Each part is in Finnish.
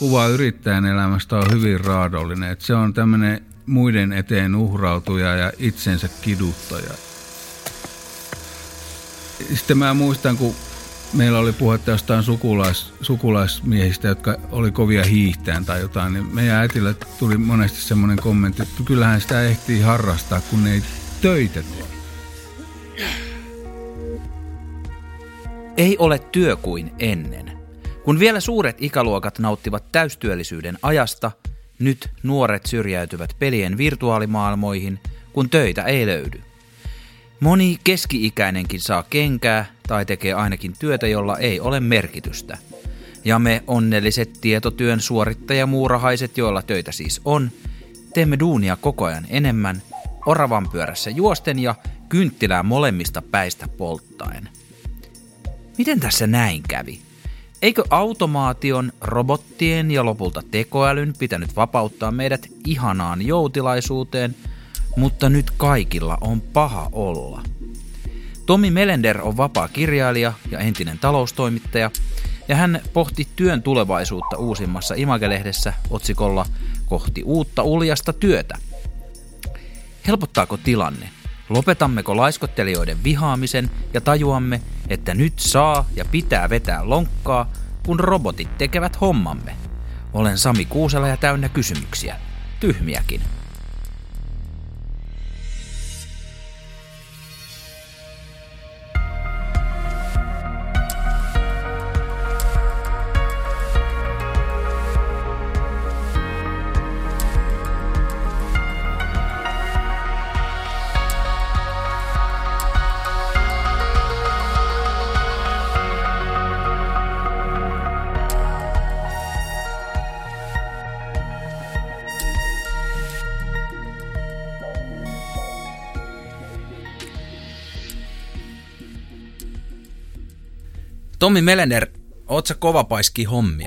kuva yrittäjän elämästä on hyvin raadollinen. Että se on tämmöinen muiden eteen uhrautuja ja itsensä kiduttaja. Sitten mä muistan, kun meillä oli puhetta jostain sukulaismiehistä, jotka oli kovia hiihtään tai jotain, niin meidän äitillä tuli monesti semmoinen kommentti, että kyllähän sitä ehtii harrastaa, kun ei töitä tee. Ei ole työ kuin ennen. Kun vielä suuret ikäluokat nauttivat täystyöllisyyden ajasta, nyt nuoret syrjäytyvät pelien virtuaalimaailmoihin, kun töitä ei löydy. Moni keski-ikäinenkin saa kenkää tai tekee ainakin työtä, jolla ei ole merkitystä. Ja me onnelliset tietotyön suorittajamuurahaiset, joilla töitä siis on, teemme duunia koko ajan enemmän, oravan pyörässä juosten ja kynttilää molemmista päistä polttaen. Miten tässä näin kävi? Eikö automaation, robottien ja lopulta tekoälyn pitänyt vapauttaa meidät ihanaan joutilaisuuteen, mutta nyt kaikilla on paha olla? Tommi Melender on vapaa kirjailija ja entinen taloustoimittaja, ja hän pohti työn tulevaisuutta uusimmassa Image-lehdessä otsikolla "Kohti uutta uljasta työtä". Helpottaako tilanne? Lopetammeko laiskottelijoiden vihaamisen ja tajuamme, että nyt saa ja pitää vetää lonkkaa, kun robotit tekevät hommamme? Olen Sami Kuusela ja täynnä kysymyksiä. Tyhmiäkin. Tommi Melender, oot sä kovapaiski hommia?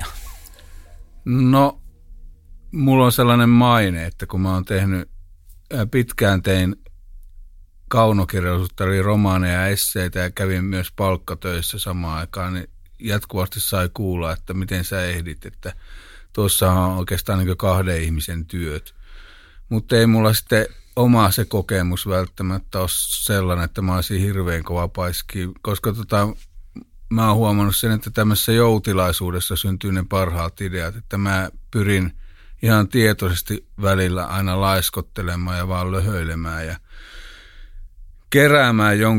No, mulla on sellainen maine, että kun mä oon pitkään tein kaunokirjallisuutta, eli romaaneja ja esseitä ja kävin myös palkkatöissä samaan aikaan, niin jatkuvasti sai kuulla, että miten sä ehdit, että tuossa on oikeastaan niin kuin 2 ihmisen työt. Mutta ei mulla sitten oma se kokemus välttämättä ole sellainen, että mä olisin hirveän kovapaiski, koska mä oon huomannut sen, että tämmöisessä joutilaisuudessa syntyy ne parhaat ideat, että mä pyrin ihan tietoisesti välillä aina laiskottelemaan ja vaan löhöilemään ja keräämään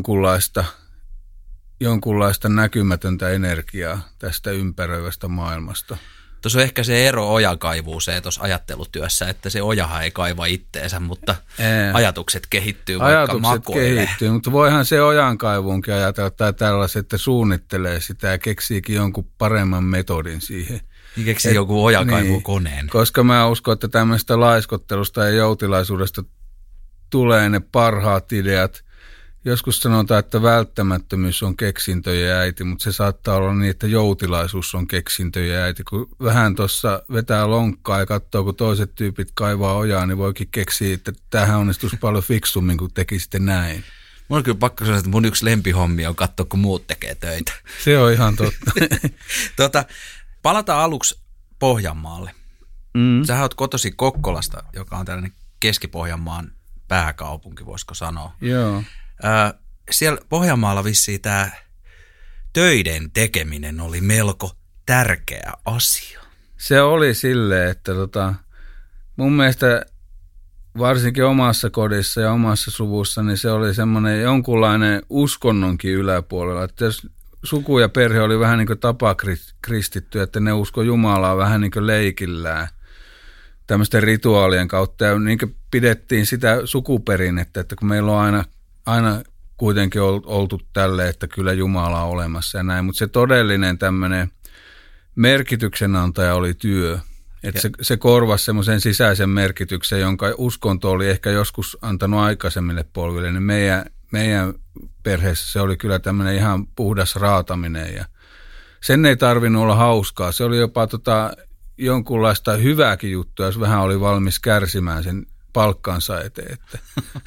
jonkunlaista näkymätöntä energiaa tästä ympäröivästä maailmasta. Tuossa on ehkä se ero ojankaivuuseen tuossa ajattelutyössä, että se ojahan ei kaiva itteensä, mutta ajatukset kehittyy vaikka makoille. Kehittyy, mutta voihan se ojankaivuunkin ajatella tai tällaiset, että suunnittelee sitä ja keksiikin jonkun paremman metodin siihen. Niin keksii joku ojankaivukoneen. Niin, koska mä uskon, että tämmöistä laiskottelusta ja joutilaisuudesta tulee ne parhaat ideat. Joskus sanotaan, että välttämättömyys on keksintöjen äiti, mutta se saattaa olla niin, että joutilaisuus on keksintöjen äiti. Kun vähän tuossa vetää lonkkaa ja katsoo, kun toiset tyypit kaivaa ojaa, niin voikin keksiä, että tämähän onnistuisi paljon fiksummin, kun tekisitte näin. Mun on kyllä pakko sanoa, että mun yksi lempihommi on katsoa, kun muut tekee töitä. Se on ihan totta. Palataan aluksi Pohjanmaalle. Sähän oot kotoisin Kokkolasta, joka on tällainen Keski-Pohjanmaan pääkaupunki, voisiko sanoa. Joo. Siellä Pohjanmaalla vissiin tämä töiden tekeminen oli melko tärkeä asia. Se oli silleen, että mun mielestä varsinkin omassa kodissa ja omassa suvussa, niin se oli semmoinen jonkunlainen uskonnonkin yläpuolella. Että jos suku ja perhe oli vähän niin kuin tapakristitty, että ne usko Jumalaa vähän niin kuin leikillään tämmöisten rituaalien kautta. Ja niin kuin pidettiin sitä sukuperinnettä, että kun meillä on aina kuitenkin oltu tälle, että kyllä Jumala on olemassa ja näin, mutta se todellinen tämmöinen merkityksenantaja oli työ. Että se korvasi semmoisen sisäisen merkityksen, jonka uskonto oli ehkä joskus antanut aikaisemmille polville, niin meidän perheessä se oli kyllä tämmöinen ihan puhdas raataminen ja sen ei tarvinnut olla hauskaa. Se oli jopa jonkunlaista hyvääkin juttua, jos vähän oli valmis kärsimään sen palkkansa eteen. Että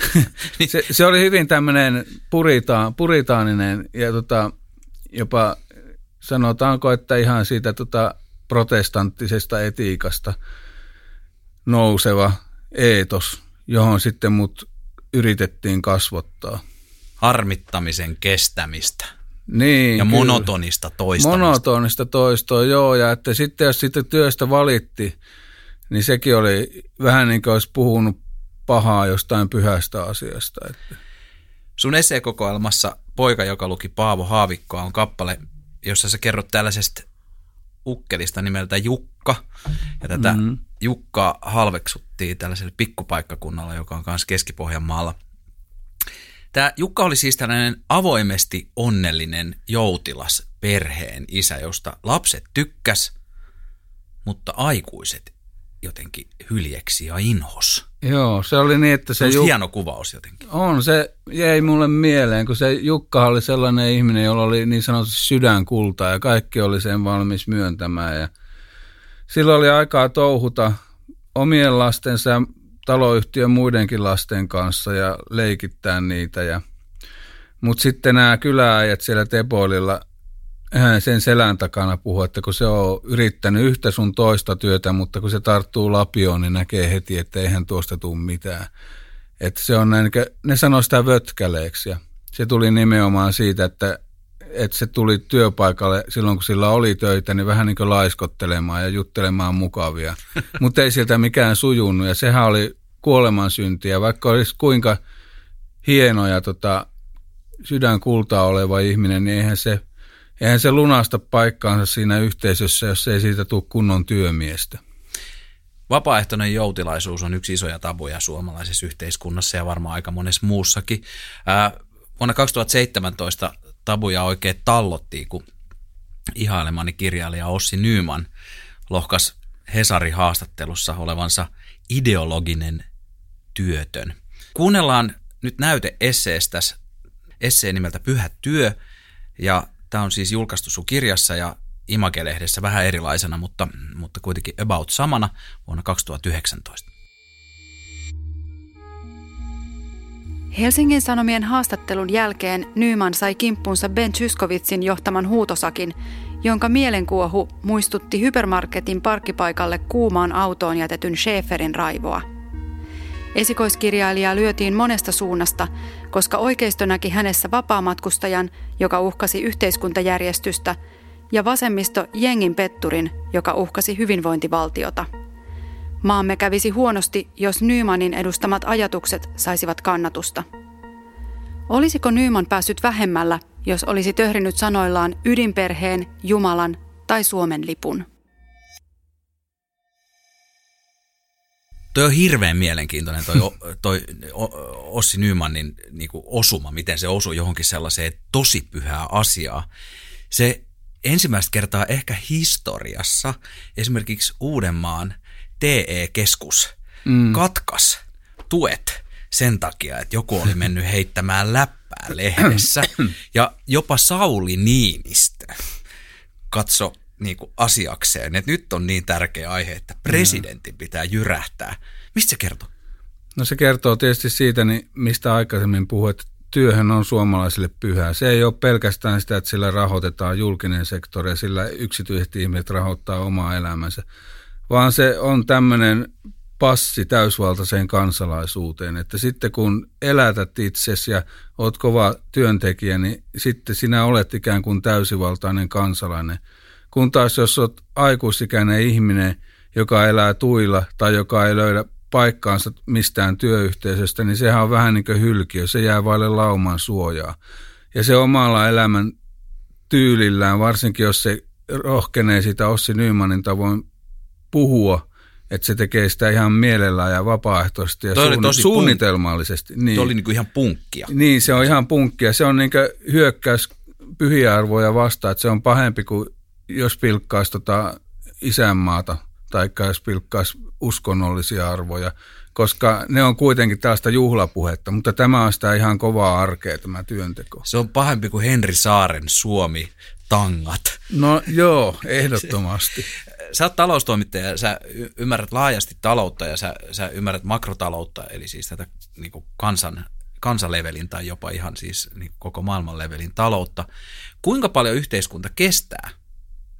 se oli hyvin tämmöinen puritaaninen ja jopa sanotaanko, että ihan siitä protestanttisesta etiikasta nouseva eetos, johon sitten mut yritettiin kasvattaa. Harmittamisen kestämistä. Niin, ja monotonista toistamista. Monotonista toistoa, joo. Ja että sitten jos siitä työstä valitti, niin sekin oli vähän niin kuin olisi puhunut pahaa jostain pyhästä asiasta. Että. Sun esseekokoelmassa Poika, joka luki Paavo Haavikkoa on kappale, jossa sä kerrot tällaisesta ukkelista nimeltä Jukka. Ja tätä Jukkaa halveksuttiin tällaiselle pikkupaikkakunnalla, joka on myös Keski-Pohjanmaalla. Tämä Jukka oli siis tällainen avoimesti onnellinen joutilas perheen isä, josta lapset tykkäs, mutta aikuiset jotenkin hyljeksi ja inhos. Joo, se oli niin, että se hieno kuvaus jotenkin. On, se jäi mulle mieleen, kun se Jukka oli sellainen ihminen, jolla oli niin sanotusti sydänkultaa ja kaikki oli sen valmis myöntämään. Ja silloin oli aikaa touhuta omien lastensa ja taloyhtiön muidenkin lasten kanssa ja leikittää niitä. Mutta sitten nämä kylääjät siellä Tepoililla sen selän takana puhuu, että kun se on yrittänyt yhtä sun toista työtä, mutta kun se tarttuu lapioon, niin näkee heti, että eihän tuosta tule mitään. Että se on näin, ne sanoo sitä vötkäleeksi ja se tuli nimenomaan siitä, että se tuli työpaikalle silloin, kun sillä oli töitä, niin vähän niin kuin laiskottelemaan ja juttelemaan mukavia. Mutta ei sieltä mikään sujunut ja sehän oli kuolemansyntiä, vaikka olisi kuinka hieno ja sydänkultaa oleva ihminen, niin eihän se lunasta paikkaansa siinä yhteisössä, jos ei siitä tule kunnon työmiestä. Vapaaehtoinen joutilaisuus on yksi isoja tabuja suomalaisessa yhteiskunnassa ja varmaan aika monessa muussakin. Vuonna 2017 tabuja oikein tallottiin, kun ihailemani kirjailija Ossi Nyman lohkas Hesarin haastattelussa olevansa ideologinen työtön. Kuunnellaan nyt näyte esseestä, esseen nimeltä Pyhä työ, ja tämä on siis julkaistu sun kirjassa ja Image-lehdessä vähän erilaisena, mutta kuitenkin about samana vuonna 2019. Helsingin Sanomien haastattelun jälkeen Nyman sai kimppuunsa Ben Zyskowiczin johtaman huutosakin, jonka mielenkuohu muistutti hypermarketin parkkipaikalle kuumaan autoon jätetyn Schäferin raivoa. Esikoiskirjailijaa lyötiin monesta suunnasta, koska oikeisto näki hänessä vapaamatkustajan, joka uhkasi yhteiskuntajärjestystä, ja vasemmisto jengin petturin, joka uhkasi hyvinvointivaltiota. Maamme kävisi huonosti, jos Nymanin edustamat ajatukset saisivat kannatusta. Olisiko Nyman päässyt vähemmällä, jos olisi töhrinyt sanoillaan ydinperheen, Jumalan tai Suomen lipun? Toi on hirveän mielenkiintoinen toi Ossi Nymanin niinku osuma, miten se osui johonkin sellaiseen tosi pyhää asiaa. Se ensimmäistä kertaa ehkä historiassa esimerkiksi Uudenmaan TE-keskus katkas tuet sen takia, että joku oli mennyt heittämään läppää lehdessä ja jopa Sauli Niinistö katso niinku asiakseen, että nyt on niin tärkeä aihe, että presidentin pitää jyrähtää. Mistä se kertoo? No se kertoo tietysti siitä, mistä aikaisemmin puhuin, että työhön on suomalaisille pyhää. Se ei ole pelkästään sitä, että sillä rahoitetaan julkinen sektori ja sillä yksityiset ihmiset rahoittaa omaa elämänsä, vaan se on tämmöinen passi täysvaltaiseen kansalaisuuteen, että sitten kun elätät itsesi ja oot kova työntekijä, niin sitten sinä olet ikään kuin täysivaltainen kansalainen. Kun taas jos olet aikuisikäinen ihminen, joka elää tuilla tai joka ei löydä paikkaansa mistään työyhteisöstä, niin sehän on vähän niin kuin hylkiö, se jää vaille lauman suojaa. Ja se omalla elämän tyylillään, varsinkin jos se rohkenee sitä Ossi Nymanin tavoin puhua, että se tekee sitä ihan mielellään ja vapaaehtoisesti ja suunnitelmallisesti. Niin. Tuo oli niin kuin ihan punkkia. Niin, se on ihan punkkia. Se on niin kuin hyökkäys pyhiä arvoja vastaan, että se on pahempi kuin jos pilkkaisi isänmaata tai jos pilkkaisi uskonnollisia arvoja, koska ne on kuitenkin tällaista juhlapuhetta, mutta tämä on sitä ihan kovaa arkea, tämä työnteko. Se on pahempi kuin Henri Saaren Suomi-tangat. No joo, ehdottomasti. Sä oot taloustoimittaja ja sä ymmärrät laajasti taloutta ja sä ymmärrät makrotaloutta, eli siis tätä niin kuin kansanlevelin tai jopa ihan siis niin koko maailman levelin taloutta. Kuinka paljon yhteiskunta kestää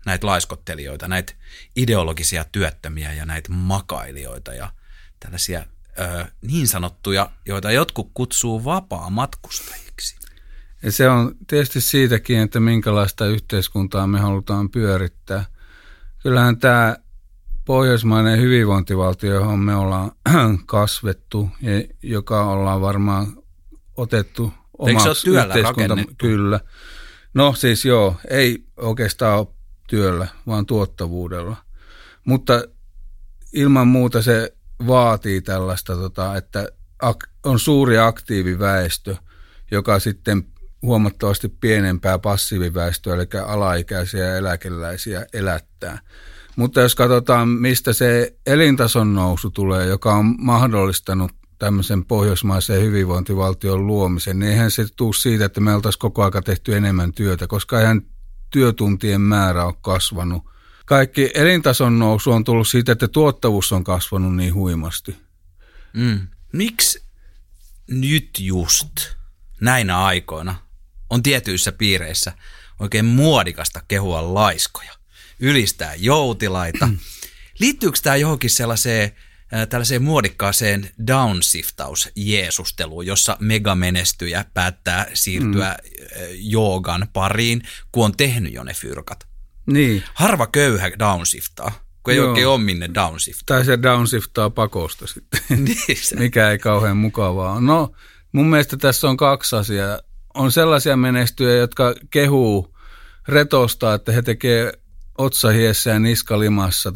näitä laiskottelijoita, näitä ideologisia työttömiä ja näitä makailijoita ja tällaisia niin sanottuja, joita jotkut kutsuu vapaamatkustajiksi. Ja se on tietysti siitäkin, että minkälaista yhteiskuntaa me halutaan pyörittää. Kyllähän tämä pohjoismainen hyvinvointivaltio, johon me ollaan kasvettu ja joka ollaan varmaan otettu omaksi yhteiskunta. Kyllä. No siis joo, ei oikeastaan ole työllä, vaan tuottavuudella. Mutta ilman muuta se vaatii tällaista, että on suuri aktiiviväestö, joka sitten huomattavasti pienempää passiiviväestöä, eli alaikäisiä ja eläkeläisiä elättää. Mutta jos katsotaan, mistä se elintason nousu tulee, joka on mahdollistanut tämmöisen pohjoismaisen hyvinvointivaltion luomisen, niin eihän se tule siitä, että me oltaisiin koko ajan tehty enemmän työtä, koska eihän työtuntien määrä ole kasvanut. Kaikki elintason nousu on tullut siitä, että tuottavuus on kasvanut niin huimasti. Miksi nyt just näinä aikoina on tietyissä piireissä oikein muodikasta kehua laiskoja, ylistää joutilaita? Liittyykö tämä johonkin tällaiseen muodikkaaseen downshiftaus-jeesusteluun, jossa megamenestyjä päättää siirtyä joogan pariin, kun on tehnyt jo ne fyrkat? Niin. Harva köyhä downshiftaa, kun ei oikein ole minne downshiftaa. Tai se downshiftaa pakosta sitten, mikä ei kauhean mukavaa ole. No, mun mielestä tässä on kaksi asiaa. On sellaisia menestyjä, jotka kehuu retosta, että he tekee otsahiessä ja niskalimassa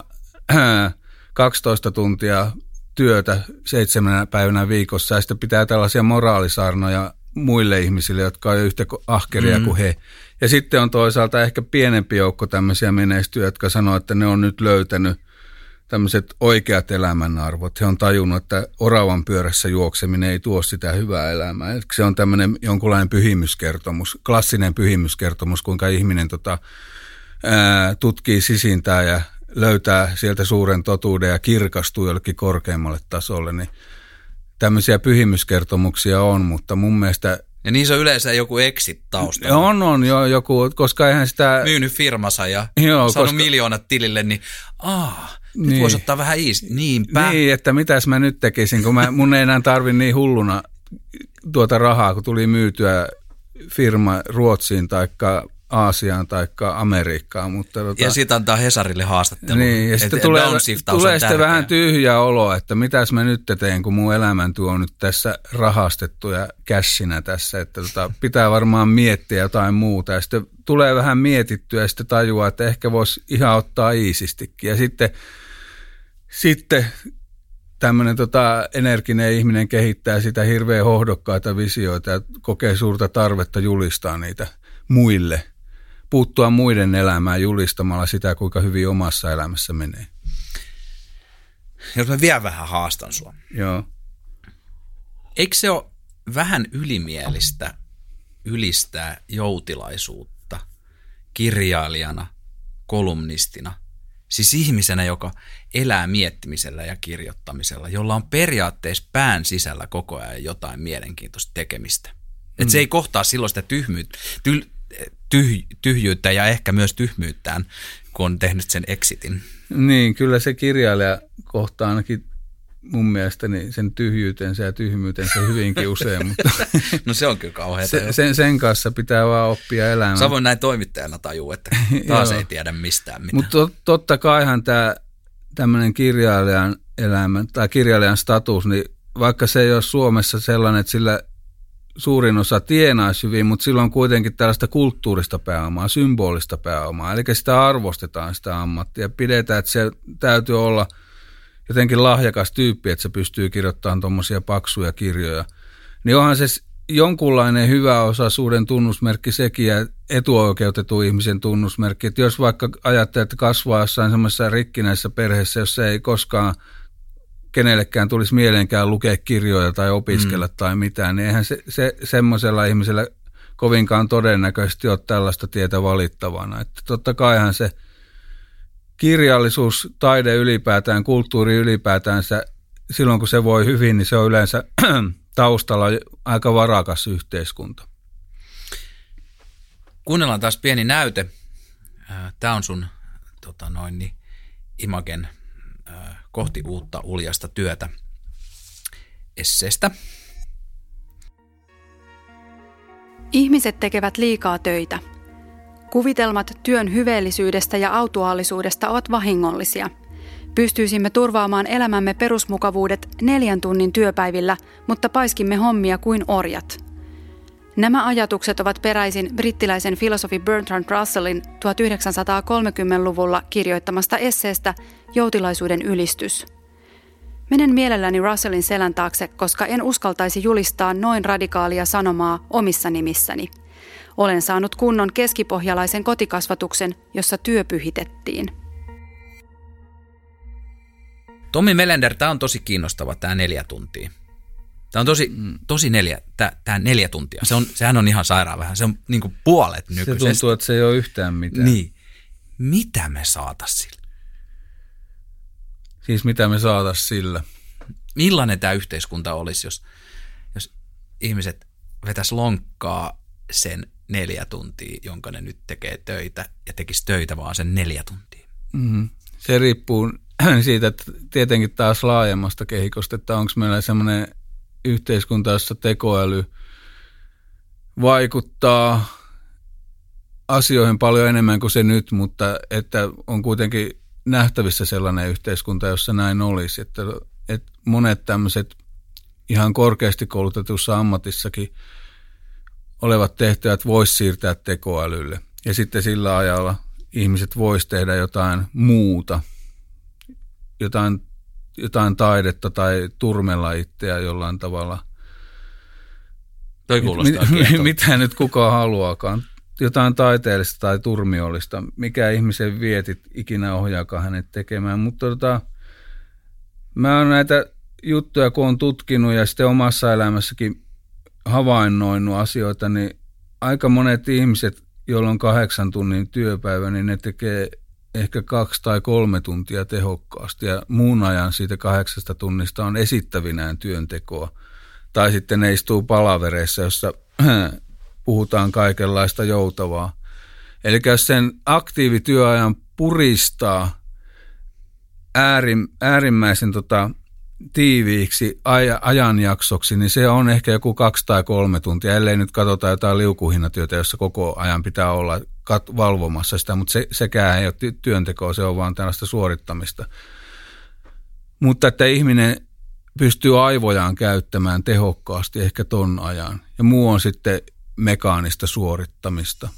12 tuntia työtä 7 päivänä viikossa ja sitten pitää tällaisia moraalisaarnoja muille ihmisille, jotka on yhtä ahkeria kuin he. Ja sitten on toisaalta ehkä pienempi joukko tämmöisiä menestyjä, jotka sanoo, että ne on nyt löytänyt tämmöiset oikeat elämänarvot. He on tajunnut, että oravan pyörässä juokseminen ei tuo sitä hyvää elämää. Se on tämmöinen jonkunlainen pyhimyskertomus, klassinen pyhimyskertomus, kuinka ihminen tutkii sisintää ja löytää sieltä suuren totuuden ja kirkastuu jollekin korkeammalle tasolle. Niin tämmöisiä pyhimyskertomuksia on, mutta mun mielestä... Ja niissä on yleensä joku exit taustalla. On jo joku, koska eihän sitä... Myynyt firmansa ja saanut miljoonat tilille, niin nyt voisi ottaa vähän niinpä. Niin, että mitäs mä nyt tekisin, kun mun ei enää tarvi niin hulluna tuota rahaa, kun tuli myytyä firma Ruotsiin taikka Aasiaan tai Amerikkaan. Mutta ja sitten antaa Hesarille haastattelun. Niin, ja sitten tulee sitten vähän tyhjä olo, että mitäs mä nyt teen, kun mun elämäntyö on nyt tässä rahastettu ja cashinä tässä, että pitää varmaan miettiä jotain muuta. Ja sitten tulee vähän mietittyä ja sitten tajuaa, että ehkä voisi ihan ottaa iisistikin. Ja sitten tämmöinen energinen ihminen kehittää sitä hirveän hohdokkaita visioita ja kokee suurta tarvetta julistaa niitä muille. Puuttua muiden elämään julistamalla sitä, kuinka hyvin omassa elämässä menee. Jos mä vielä vähän haastan sua. Joo. Eikö se ole vähän ylimielistä ylistää joutilaisuutta kirjailijana, kolumnistina, siis ihmisenä, joka elää miettimisellä ja kirjoittamisella, jolla on periaatteessa pään sisällä koko ajan jotain mielenkiintoista tekemistä. Että se ei kohtaa silloin sitä tyhjyyttä ja ehkä myös tyhmyyttään, kun on tehnyt sen exitin. Niin, kyllä se kirjailija kohtaa ainakin mun mielestäni sen tyhjyytensä ja tyhmyytensä hyvinkin usein. Mutta no se on kyllä kauheata. Sen kanssa pitää vaan oppia elämään. Sä voin näin toimittajana tajua, että taas ei tiedä mistään mitään. Mutta totta kaihan tämmöinen kirjailijan elämä tai kirjailijan status, niin vaikka se ei ole Suomessa sellainen, että sillä suurin osa tienaisi hyvin, mutta sillä on kuitenkin tällaista kulttuurista pääomaa, symbolista pääomaa. Eli sitä arvostetaan sitä ammattia. Pidetään, että se täytyy olla jotenkin lahjakas tyyppi, että se pystyy kirjoittamaan tuommoisia paksuja kirjoja. Niin onhan se jonkunlainen hyväosaisuuden tunnusmerkki sekin ja etuoikeutetun ihmisen tunnusmerkki. Että jos vaikka ajattelee, että kasvaa jossain semmoisessa rikkinäisessä perheessä, jossa ei koskaan kenellekään tulisi mieleenkään lukea kirjoja tai opiskella tai mitään, niin eihän se semmoisella ihmisellä kovinkaan todennäköisesti ole tällaista tietä valittavana. Että totta kaihan se kirjallisuus, taide ylipäätään, kulttuuri ylipäätänsä, silloin kun se voi hyvin, niin se on yleensä taustalla aika varakas yhteiskunta. Kuunnellaan taas pieni näyte Tämä on sun Imagen kohti uutta uljasta työtä esseestä. Ihmiset tekevät liikaa töitä. Kuvitelmat työn hyveellisyydestä ja autuaallisuudesta ovat vahingollisia. Pystyisimme turvaamaan elämämme perusmukavuudet 4 tunnin työpäivillä, mutta paiskimme hommia kuin orjat. Nämä ajatukset ovat peräisin brittiläisen filosofi Bertrand Russellin 1930-luvulla kirjoittamasta esseestä Joutilaisuuden ylistys. Menen mielelläni Russellin selän taakse, koska en uskaltaisi julistaa noin radikaalia sanomaa omissa nimissäni. Olen saanut kunnon keskipohjalaisen kotikasvatuksen, jossa työ pyhitettiin. Tommi Melender, tämä on tosi kiinnostava, tämä 4 tuntia. Tämä on tosi 4 tuntia. Sehän on ihan sairaan vähän. Se on niin kuin puolet nykyisestä. Se tuntuu, että se ei ole yhtään mitään. Niin. Mitä me saatais sillä? Siis mitä me saatais sillä? Millainen tämä yhteiskunta olisi, jos ihmiset vetäisi lonkkaa sen 4 tuntia, jonka ne nyt tekee töitä, ja tekisi töitä vaan sen 4 tuntia? Mm-hmm. Se riippuu siitä, että tietenkin taas laajemmasta kehikosta, että onko meillä semmoinen yhteiskunta, jossa tekoäly vaikuttaa asioihin paljon enemmän kuin se nyt, mutta että on kuitenkin nähtävissä sellainen yhteiskunta, jossa näin olisi, että monet tämmöiset ihan korkeasti koulutetussa ammatissakin olevat tehtävät voisi siirtää tekoälylle. Ja sitten sillä ajalla ihmiset voisi tehdä jotain muuta, jotain taidetta tai turmella itseä jollain tavalla. Toi kuulostaa mitä nyt kukaan haluaakaan. Jotain taiteellista tai turmiollista. Mikä ihmisen vietit ikinä ohjaakaan hänet tekemään. Mutta mä oon näitä juttuja, kun oon tutkinut ja sitten omassa elämässäkin havainnoinut asioita, niin aika monet ihmiset, joilla on 8 tunnin työpäivä, niin ne tekee ehkä 2 tai 3 tuntia tehokkaasti ja muun ajan siitä 8 tunnista on esittävinään työntekoa. Tai sitten ne istuu palavereissa, jossa puhutaan kaikenlaista joutavaa. Eli jos sen aktiivityöajan puristaa äärimmäisen tiiviiksi ajanjaksoksi, niin se on ehkä joku 2 tai 3 tuntia, ellei nyt katsota jotain liukuhinnatyötä, jossa koko ajan pitää olla valvomassa sitä, mutta sekään ei ole työntekoa, se on vaan tällaista suorittamista. Mutta että ihminen pystyy aivojaan käyttämään tehokkaasti ehkä ton ajan, ja muu on sitten mekaanista suorittamista.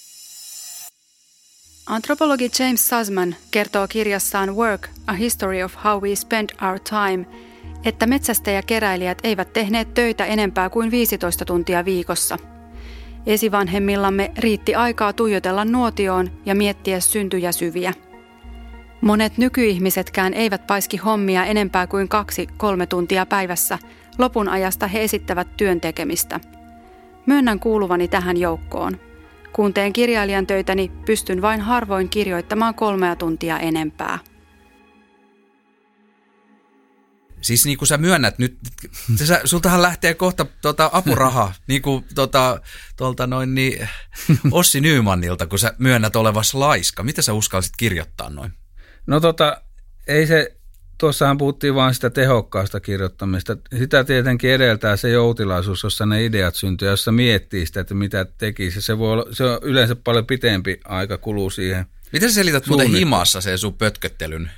Antropologi James Sussman kertoo kirjassaan Work, A History of How We Spend Our Time, että metsästäjäkeräilijät eivät tehneet töitä enempää kuin 15 tuntia viikossa. Esivanhemmillamme riitti aikaa tuijotella nuotioon ja miettiä syntyjä syviä. Monet nykyihmisetkään eivät paiski hommia enempää kuin 2-3 tuntia päivässä. Lopun ajasta he esittävät työn tekemistä. Myönnän kuuluvani tähän joukkoon. Kun teen kirjailijan töitäni, pystyn vain harvoin kirjoittamaan 3 tuntia enempää. Siis niin kuin sä myönnät nyt, sultahan lähtee kohta apuraha, niin kuin Ossi Nymannilta, kun sä myönnät olevas laiska. Mitä sä uskallisit kirjoittaa noin? No ei se, tuossahan puhuttiin vain sitä tehokkaasta kirjoittamista. Sitä tietenkin edeltää se joutilaisuus, jossa ne ideat syntyy, jossa miettii sitä, että mitä tekisi. Se on yleensä paljon pitempi aika kuluu siihen. Miten sä selität muuten himassa sen sun pötköttelyn?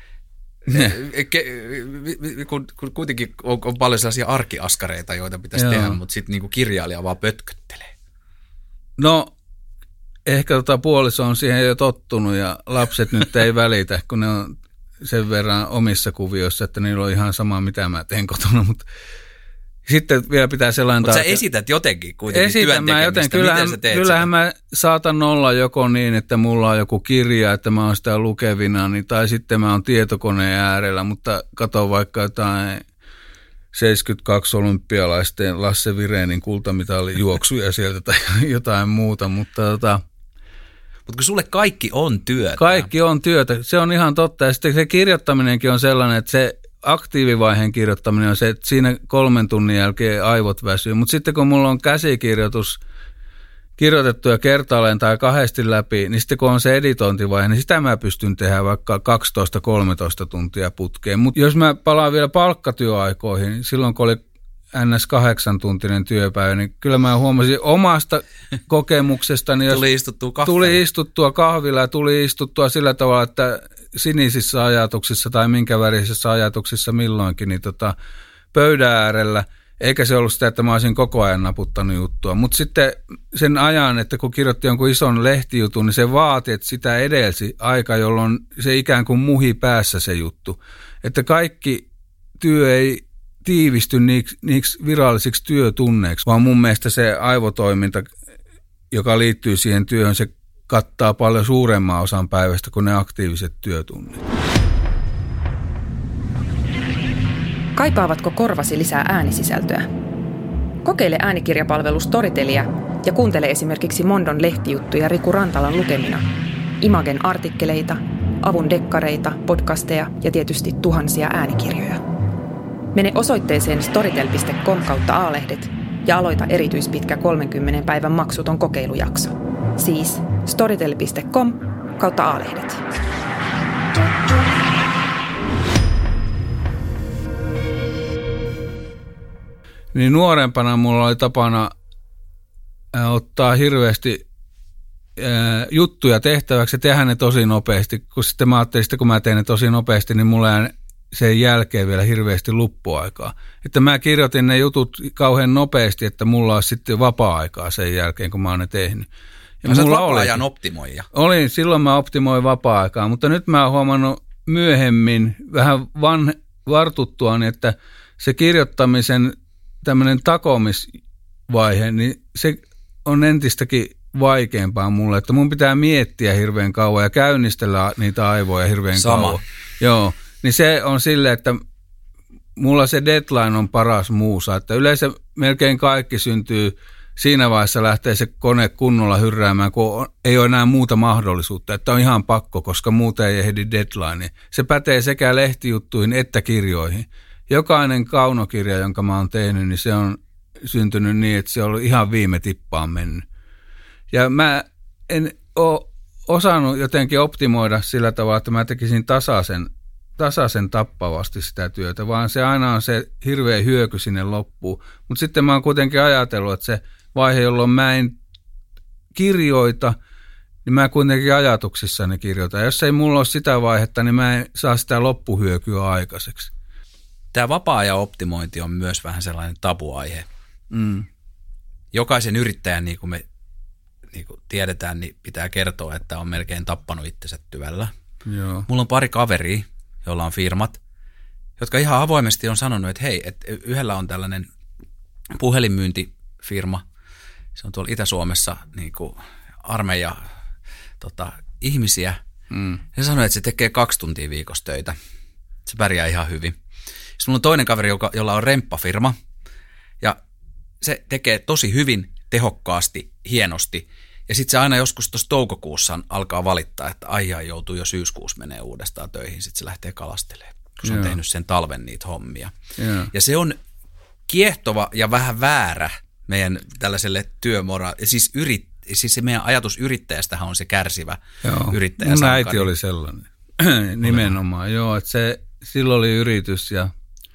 Kun kuitenkin on paljon sellaisia arkiaskareita, joita pitäisi tehdä, mutta sitten niinku kirjailija vaan pötköttelee. No, ehkä puoliso on siihen jo tottunut ja lapset nyt ei välitä, kun ne on sen verran omissa kuvioissa, että niillä on ihan sama, mitä mä teen kotona, mutta sitten vielä pitää sellainen... Mutta sä esität jotenkin kuitenkin työn tekemistä. Kyllähän mä saatan olla joko niin, että mulla on joku kirja, että mä oon sitä lukevina, tai sitten mä oon tietokoneen äärellä, mutta katon vaikka jotain 72 olympialaisten Lasse Virénin kultamitalin juoksuja sieltä tai jotain muuta, mutta Mutta kun sulle kaikki on työtä. Kaikki on työtä, se on ihan totta. Ja sitten se kirjoittaminenkin on sellainen, että se aktiivivaiheen kirjoittaminen on se, että siinä 3 tunnin jälkeen aivot väsyy. Mutta sitten kun mulla on käsikirjoitus, kirjoitettuja kertaalleen tai kahdesti läpi, niin sitten kun on se editointivaihe, niin sitä mä pystyn tehdä vaikka 12-13 tuntia putkeen. Mutta jos mä palaan vielä palkkatyöaikoihin, silloin kun oli NS 8-tuntinen työpäivä, niin kyllä mä huomasin omasta kokemuksestani, jos tuli istuttua kahvilla ja tuli istuttua sillä tavalla, että sinisissä ajatuksissa tai minkä värisissä ajatuksissa milloinkin, niin pöydän äärellä, eikä se ollut sitä, että mä olisin koko ajan naputtanut juttua. Mutta sitten sen ajan, että kun kirjoitti jonkun ison lehtijutun, niin se vaati, että sitä edelsi aika, jolloin se ikään kuin muhi päässä se juttu. Että kaikki työ ei tiivisty niiksi virallisiksi työtunneiksi, vaan mun mielestä se aivotoiminta, joka liittyy siihen työhön, se kattaa paljon suuremman osan päivästä kuin ne aktiiviset työtunnit. Kaipaavatko korvasi lisää äänisisältöä? Kokeile äänikirjapalvelu Storytelia ja kuuntele esimerkiksi Mondon lehtijuttuja Riku Rantalan lukemina, Imagen artikkeleita, Avun dekkareita, podcasteja ja tietysti tuhansia äänikirjoja. Mene osoitteeseen storytel.com/aalehdet ja aloita erityispitkä 30 päivän maksuton kokeilujakso. Siis storytel.com/aalehdet. Niin nuorempana mulla oli tapana ottaa hirveästi juttuja tehtäväksi ja tehdä ne tosi nopeasti. Kun sitten mä ajattelin, että kun mä teen ne tosi nopeasti, niin mulla jää sen jälkeen vielä hirveästi luppuaikaa. Että mä kirjoitin ne jutut kauhean nopeasti, että mulla olisi sitten vapaa-aikaa sen jälkeen, kun mä oon ne tehnyt. Ja sä oot vapaa-ajan optimoija. Olin, silloin mä optimoin vapaa-aikaa, mutta nyt mä oon huomannut myöhemmin vähän vartuttuani, että se kirjoittamisen tämmöinen takomisvaihe, niin se on entistäkin vaikeampaa mulle, että mun pitää miettiä hirveän kauan ja käynnistellä niitä aivoja hirveän kauan. Joo, niin se on silleen, että mulla se deadline on paras muusa, että yleensä melkein kaikki syntyy siinä vaiheessa lähtee se kone kunnolla hyrräämään, kun ei ole enää muuta mahdollisuutta, että on ihan pakko, koska muuten ei ehdi deadline. Se pätee sekä lehtijuttuihin että kirjoihin. Jokainen kaunokirja, jonka mä oon tehnyt, niin se on syntynyt niin, että se on ollut ihan viime tippaan mennyt. Ja mä en ole osannut jotenkin optimoida sillä tavalla, että mä tekisin tasaisen tappavasti sitä työtä, vaan se aina on se hirveä hyöky sinne loppuun. Mutta sitten mä oon kuitenkin ajatellut, että se vaihe, jolloin mä en kirjoita, niin mä kuitenkin ajatuksissani kirjoitan. Jos ei mulla ole sitä vaihetta, niin mä en saa sitä loppuhyökyä aikaiseksi. Tämä vapaa-ajan optimointi on myös vähän sellainen tabuaihe. Jokaisen yrittäjän, niin kuin me tiedetään, niin pitää kertoa, että on melkein tappanut itsensä työllä. Joo. Mulla on pari kaveria, joilla on firmat, jotka ihan avoimesti on sanonut, että hei, että yhdellä on tällainen puhelinmyyntifirma, se on tuolla Itä-Suomessa niin kuin armeija ihmisiä. Se sanoi, että se tekee 2 tuntia viikossa töitä. Se pärjää ihan hyvin. Sitten mulla on toinen kaveri, jolla on remppafirma, ja se tekee tosi hyvin, tehokkaasti, hienosti. Ja sitten se aina joskus tuossa toukokuussa alkaa valittaa, että ai joutuu jo syyskuussa menee uudestaan töihin. Sitten se lähtee kalastelemaan, kun se on tehnyt sen talven niitä hommia. Yeah. Ja se on kiehtova ja vähän väärä meidän tällaiselle työmoraalille. Siis se meidän ajatus yrittäjästähän on se kärsivä yrittäjä. Mun äiti oli sellainen nimenomaan. Joo, että silloin oli yritys ja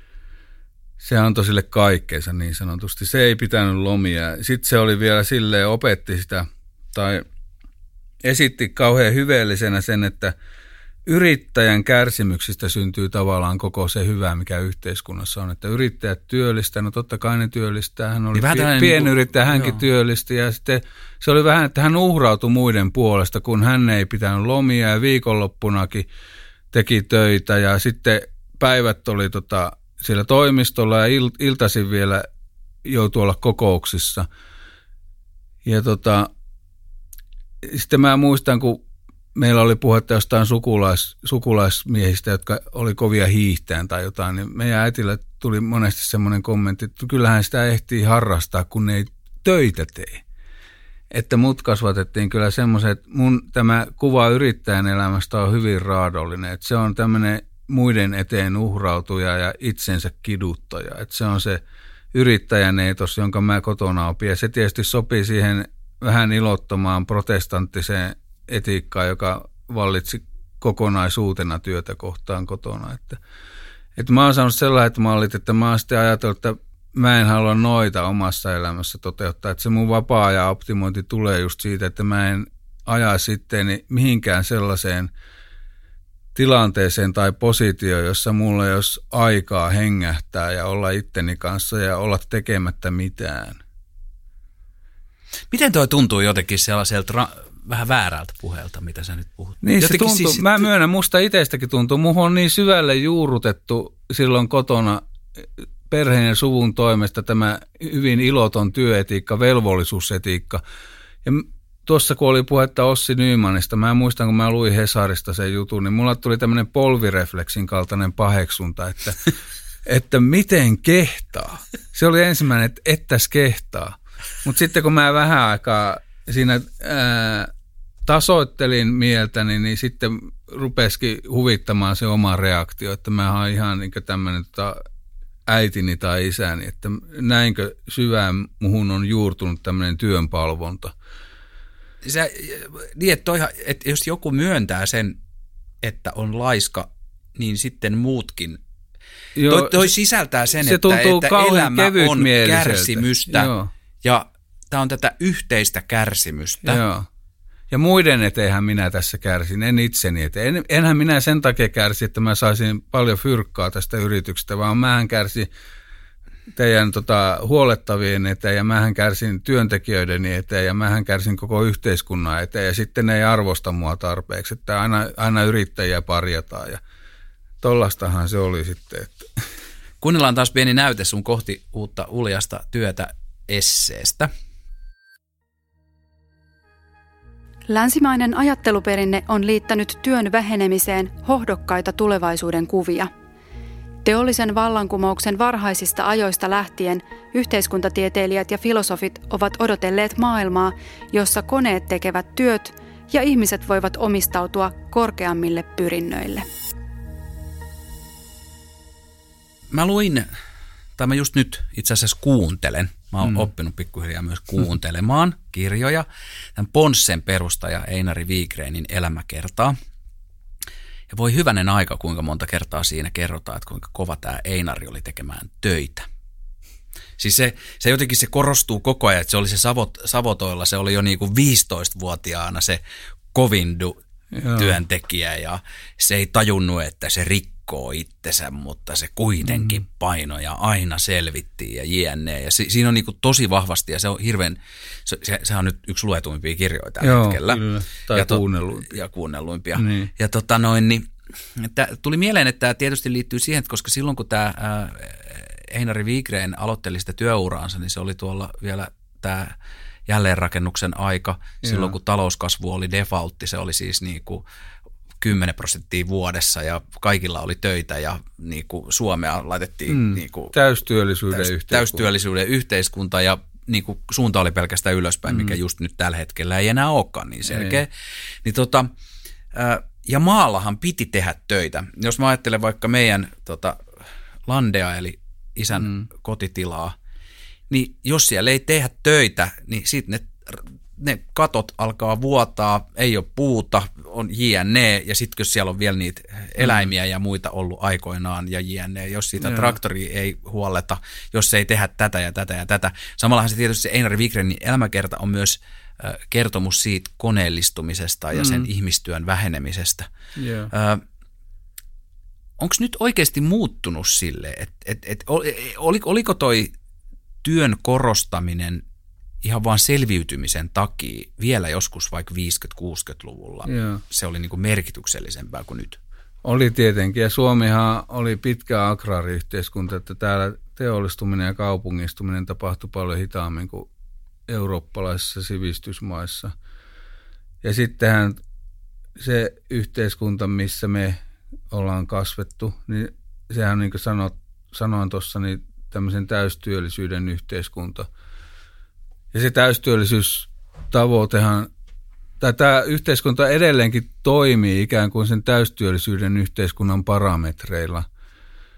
se antoi sille kaikkeensa niin sanotusti. Se ei pitänyt lomia. Sitten se oli vielä silleen, opetti sitä tai esitti kauhean hyveellisenä sen, että yrittäjän kärsimyksistä syntyy tavallaan koko se hyvä, mikä yhteiskunnassa on. Että yrittäjät työllistää, no totta kai ne työllistää. Hän oli pienyrittäjä, hänkin työllistä ja sitten se oli vähän, että hän uhrautui muiden puolesta, kun hän ei pitänyt lomia ja viikonloppunakin teki töitä ja sitten päivät oli siellä toimistolla ja iltaisin vielä joutui olla kokouksissa. Ja sitten mä muistan, kun meillä oli puhetta jostain sukulaismiehistä, jotka oli kovia hiihtään tai jotain, niin meidän äitillä tuli monesti semmoinen kommentti, että kyllähän sitä ehtii harrastaa, kun ei töitä tee. Että mut kasvatettiin kyllä semmoisen, että tämä kuva yrittäjän elämästä on hyvin raadollinen, että se on tämmöinen muiden eteen uhrautuja ja itsensä kiduttaja. Että se on se yrittäjän eetos, jonka mä kotona opin. Ja se tietysti sopii siihen vähän ilottomaan protestanttiseen etiikkaan, joka vallitsi kokonaisuutena työtä kohtaan kotona. Että mä oon saanut sellaiset mallit, että mä oon sitten ajatellut, että mä en halua noita omassa elämässä toteuttaa. Että se mun vapaa-ajan optimointi tulee just siitä, että mä en aja sitten mihinkään sellaiseen tilanteeseen tai positioon, jossa mulla ei olisi aikaa hengähtää ja olla itteni kanssa ja olla tekemättä mitään. Miten toi tuntuu jotenkin sellaiselta vähän väärältä puheelta, mitä sä nyt puhut? Niin se tuntuu, siis, mä myönnän, musta itsestäkin tuntuu. Muhun on niin syvälle juurrutettu silloin kotona perheen ja suvun toimesta tämä hyvin iloton työetiikka, velvollisuusetiikka. Ja tuossa kun oli puhetta Ossi Nymannista, mä muistan kun mä luin Hesarista sen jutun, niin mulla tuli tämmöinen polvirefleksin kaltainen paheksunta, että miten kehtaa. Se oli ensimmäinen, että ettäs kehtaa. Mutta sitten kun mä vähän aikaa siinä tasoittelin mieltäni, niin sitten rupesikin huvittamaan se oma reaktio, että mä oon ihan niin tämmöinen äitini tai isäni, että näinkö syvään muhun on juurtunut tämmöinen työnpalvonta. Niin, että jos joku myöntää sen, että on laiska, niin sitten muutkin. Toi sisältää sen, se että elämä on kärsimystä. Joo. Ja tämä on tätä yhteistä kärsimystä. Joo. Ja muiden eteenhän minä tässä kärsin, en itseni eteen. Enhän minä sen takia kärsi, että mä saisin paljon fyrkkaa tästä yrityksestä, vaan mähän kärsin teidän huolettavien eteen ja mähän kärsin työntekijöideni eteen ja mähän kärsin koko yhteiskunnan eteen ja sitten ne ei arvosta mua tarpeeksi, että aina yrittäjiä parjataan ja tollastahan se oli sitten. Että. Kuunnellaan taas pieni näyte sun kohti uutta uljasta työtä esseestä. Länsimainen ajatteluperinne on liittänyt työn vähenemiseen hohdokkaita tulevaisuuden kuvia. Teollisen vallankumouksen varhaisista ajoista lähtien yhteiskuntatieteilijät ja filosofit ovat odotelleet maailmaa, jossa koneet tekevät työt ja ihmiset voivat omistautua korkeammille pyrinnöille. Mä just nyt itse asiassa kuuntelen. Mä oon oppinut pikkuhiljaa myös kuuntelemaan kirjoja. Tämän Ponssen perustaja Einari Wigrenin elämäkertaa. Ja voi hyvänen aika, kuinka monta kertaa siinä kerrotaan, että kuinka kova tämä Einari oli tekemään töitä. Siis se jotenkin se korostuu koko ajan, että se oli se Savotoilla, se oli jo niin kuin 15-vuotiaana se kovin työntekijä ja se ei tajunnut, että se rikkoo itsensä, mutta se kuitenkin painoi ja aina selvittiin ja jne. Ja siinä on niin kuin tosi vahvasti ja se on hirveän, se on nyt yksi luetuimpia kirjoja tällä hetkellä. Kyllä. Tai kuunnelluimpia. Niin. Ja niin, tuli mieleen, että tämä tietysti liittyy siihen, että koska silloin kun tämä Einari Wigren aloitteli sitä työuraansa, niin se oli tuolla vielä tämä jälleenrakennuksen aika, silloin kun talouskasvu oli defaultti, se oli siis niin kuin 10% vuodessa ja kaikilla oli töitä ja niin kuin Suomea laitettiin niin kuin täystyöllisyyden yhteiskunta ja niin kuin suunta oli pelkästään ylöspäin, mikä just nyt tällä hetkellä ei enää olekaan niin selkeä. Niin ja maallahan piti tehdä töitä. Jos mä ajattelen vaikka meidän landea eli isän kotitilaa, niin jos siellä ei tehdä töitä, niin sitten ne katot alkaa vuotaa, ei ole puuta, on jne. Ja sitten kun siellä on vielä niitä eläimiä ja muita ollut aikoinaan ja jne. Jos siitä traktoria ei huoleta, jos ei tehdä tätä ja tätä ja tätä. Samallahan se tietysti se Einari Wigrenin elämäkerta on myös kertomus siitä koneellistumisesta ja sen ihmistyön vähenemisestä. Onko nyt oikeasti muuttunut silleen, että oliko toi työn korostaminen ihan vaan selviytymisen takia vielä joskus vaikka 50-60-luvulla se oli niin kuin merkityksellisempää kuin nyt? Oli tietenkin ja Suomihan oli pitkä agraariyhteiskunta, että täällä teollistuminen ja kaupungistuminen tapahtui paljon hitaammin kuin eurooppalaisissa sivistysmaissa. Ja sittenhän se yhteiskunta, missä me ollaan kasvettu, niin sehän niin kuin sanoin tuossa, niin tämmöisen täystyöllisyyden yhteiskunta. Ja se täystyöllisyystavoitehan, tai tämä yhteiskunta edelleenkin toimii ikään kuin sen täystyöllisyyden yhteiskunnan parametreilla.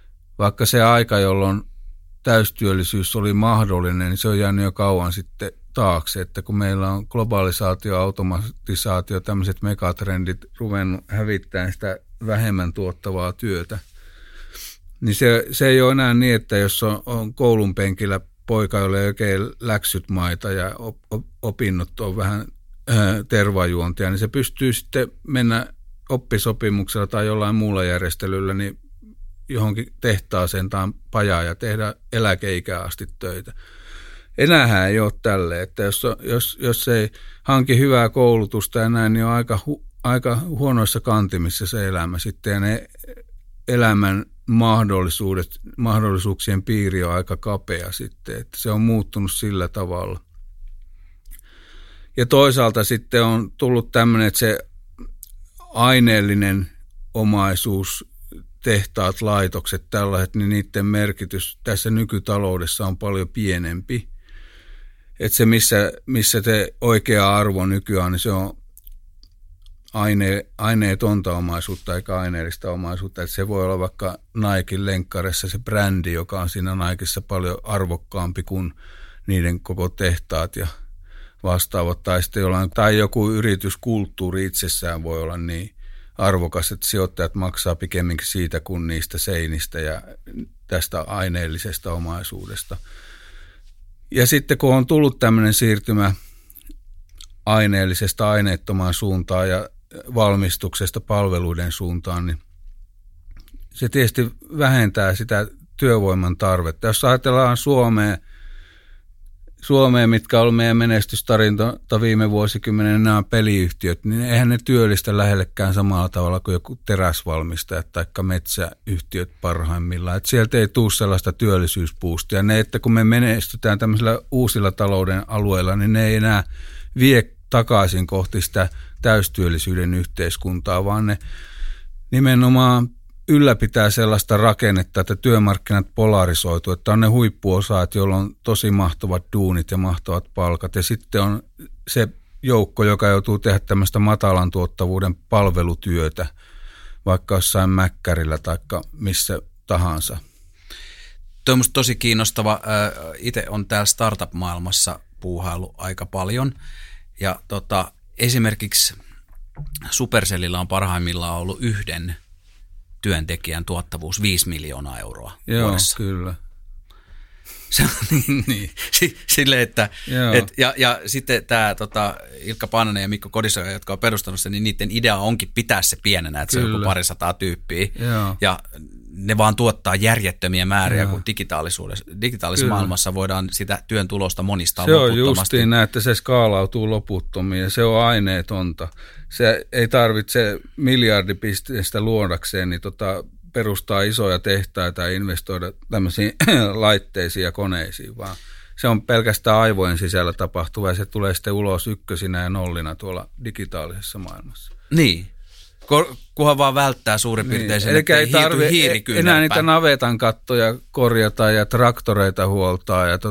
Vaikka se aika, jolloin täystyöllisyys oli mahdollinen, niin se on jäänyt jo kauan sitten taakse, että kun meillä on globalisaatio, automatisaatio, tämmöiset megatrendit ruvennut hävittämään sitä vähemmän tuottavaa työtä, niin se ei ole enää niin, että jos on koulun penkillä poika, jolla ei oikein läksyt maita ja opinnot on vähän tervajuontia, niin se pystyy sitten mennä oppisopimuksella tai jollain muulla järjestelyllä niin johonkin tehtaaseen tai pajaan ja tehdä eläkeikään asti töitä. Enäähän ei ole tälle, että jos ei hanki hyvää koulutusta ja näin, niin on aika huonoissa kantimissa se elämä sitten ja ne elämän mahdollisuuksien piiri on aika kapea sitten, että se on muuttunut sillä tavalla. Ja toisaalta sitten on tullut tämmöinen, että se aineellinen omaisuus, tehtaat, laitokset, tällaiset, niin niiden merkitys tässä nykytaloudessa on paljon pienempi. Että se, missä se oikea arvo nykyään, niin se on aineetonta omaisuutta eikä aineellista omaisuutta. Että se voi olla vaikka Niken lenkkarissa se brändi, joka on siinä Nikessa paljon arvokkaampi kuin niiden koko tehtaat ja vastaavat. Tai joku yrityskulttuuri itsessään voi olla niin arvokas, että sijoittajat maksaa pikemminkin siitä kuin niistä seinistä ja tästä aineellisesta omaisuudesta. Ja sitten kun on tullut tämmöinen siirtymä aineellisesta aineettomaan suuntaan ja valmistuksesta palveluiden suuntaan, niin se tietysti vähentää sitä työvoiman tarvetta. Jos ajatellaan Suomeen, mitkä on ollut meidän menestystarinoita viime vuosikymmenen, nämä peliyhtiöt, niin eihän ne työllistä lähellekään samalla tavalla kuin joku teräsvalmistajat tai metsäyhtiöt parhaimmillaan. Että sieltä ei tule sellaista työllisyysboostia. Ne, että kun me menestytään tämmöisillä uusilla talouden alueilla, niin ne ei enää vie takaisin kohti sitä täystyöllisyyden yhteiskuntaa, vaan ne nimenomaan ylläpitää sellaista rakennetta, että työmarkkinat polarisoituu, että on ne huippuosaat, joilla on tosi mahtavat duunit ja mahtavat palkat. Ja sitten on se joukko, joka joutuu tehdä tämmöistä matalan tuottavuuden palvelutyötä, vaikka jossain mäkkärillä tai missä tahansa. Tuo on musta tosi kiinnostava. Itse on täällä startup-maailmassa puuhailu aika paljon. Ja esimerkiksi Supercellillä on parhaimmillaan ollut yhden työntekijän tuottavuus 5 miljoonaa euroa vuodessa. Kyllä. Se on niin. Silleen, että ja sitten tämä Ilkka Paananen ja Mikko Kodisoja, jotka on perustanut sen, niin niiden idea onkin pitää se pienenä, että se on joku 200 tyyppiä. Joo. Ja ne vaan tuottaa järjettömiä määriä, kun digitaalisessa maailmassa voidaan sitä työn tulosta monistaa loputtomasti. Se on justiin näin, että se skaalautuu loputtomiin ja se on aineetonta. Se ei tarvitse miljardipisteestä luodakseen, niin perustaa isoja tehtaita ja investoida tämmöisiin laitteisiin ja koneisiin, vaan se on pelkästään aivojen sisällä tapahtuva ja se tulee sitten ulos ykkösinä ja nollina tuolla digitaalisessa maailmassa. Niin. Kunhan vaan välttää suurin piirtein sen, että ei hiirty hiirikyynärpään. Enää niitä navetan kattoja korjata ja traktoreita huoltaa ja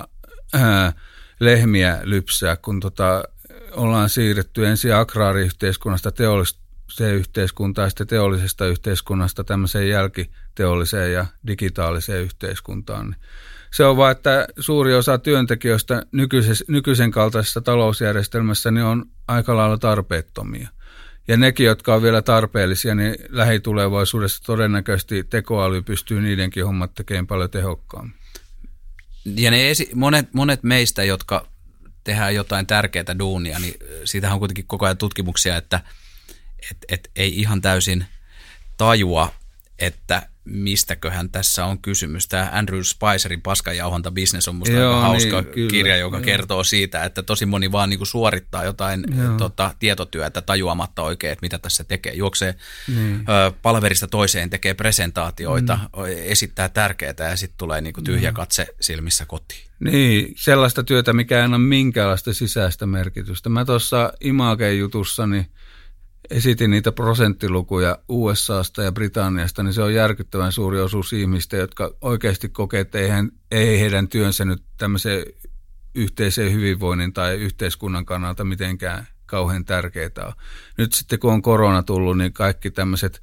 lehmiä lypsää, kun ollaan siirretty ensin agraariyhteiskunnasta teolliseen yhteiskuntaan ja sitten teollisesta yhteiskunnasta tämmöiseen jälkiteolliseen ja digitaaliseen yhteiskuntaan. Se on vaan, että suuri osa työntekijöistä nykyisen kaltaisessa talousjärjestelmässä niin on aika lailla tarpeettomia. Ja nekin, jotka on vielä tarpeellisia, niin lähitulevaisuudessa todennäköisesti tekoäly pystyy niidenkin hommat tekemään paljon tehokkaammin. Ja monet meistä, jotka tehdään jotain tärkeää duunia, niin siitähän on kuitenkin koko ajan tutkimuksia, että ei ihan täysin tajua, että mistäköhän tässä on kysymys. Tämä Andrew Spicerin Paskanjauhonta business on musta aika hauska kirja, joka kertoo siitä, että tosi moni vaan niin kuin suorittaa jotain tietotyötä tajuamatta oikein, että mitä tässä tekee. Juoksee palaverista toiseen, tekee presentaatioita, esittää tärkeää ja sitten tulee niin kuin tyhjä katse silmissä kotiin. Niin, sellaista työtä, mikä ei ole minkäänlaista sisäistä merkitystä. Mä tuossa Image-jutussani esitin niitä prosenttilukuja USAsta ja Britanniasta, niin se on järkyttävän suuri osuus ihmistä, jotka oikeasti kokee, että ei heidän työnsä nyt tämmöiseen yhteiseen hyvinvoinnin tai yhteiskunnan kannalta mitenkään kauhean tärkeää ole. Nyt sitten kun on korona tullut, niin kaikki tämmöiset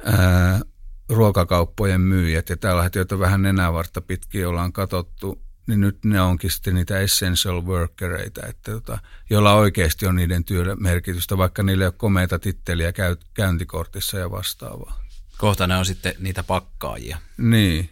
ruokakauppojen myyjät ja tällaiset, joita vähän nenävartta pitkin ollaan katsottu, niin nyt ne onkin sitten niitä essential workereita, että joilla oikeasti on niiden työllä merkitystä, vaikka niillä ei ole komeita titteliä käyntikortissa ja vastaavaa. Kohta ne on sitten niitä pakkaajia. Niin.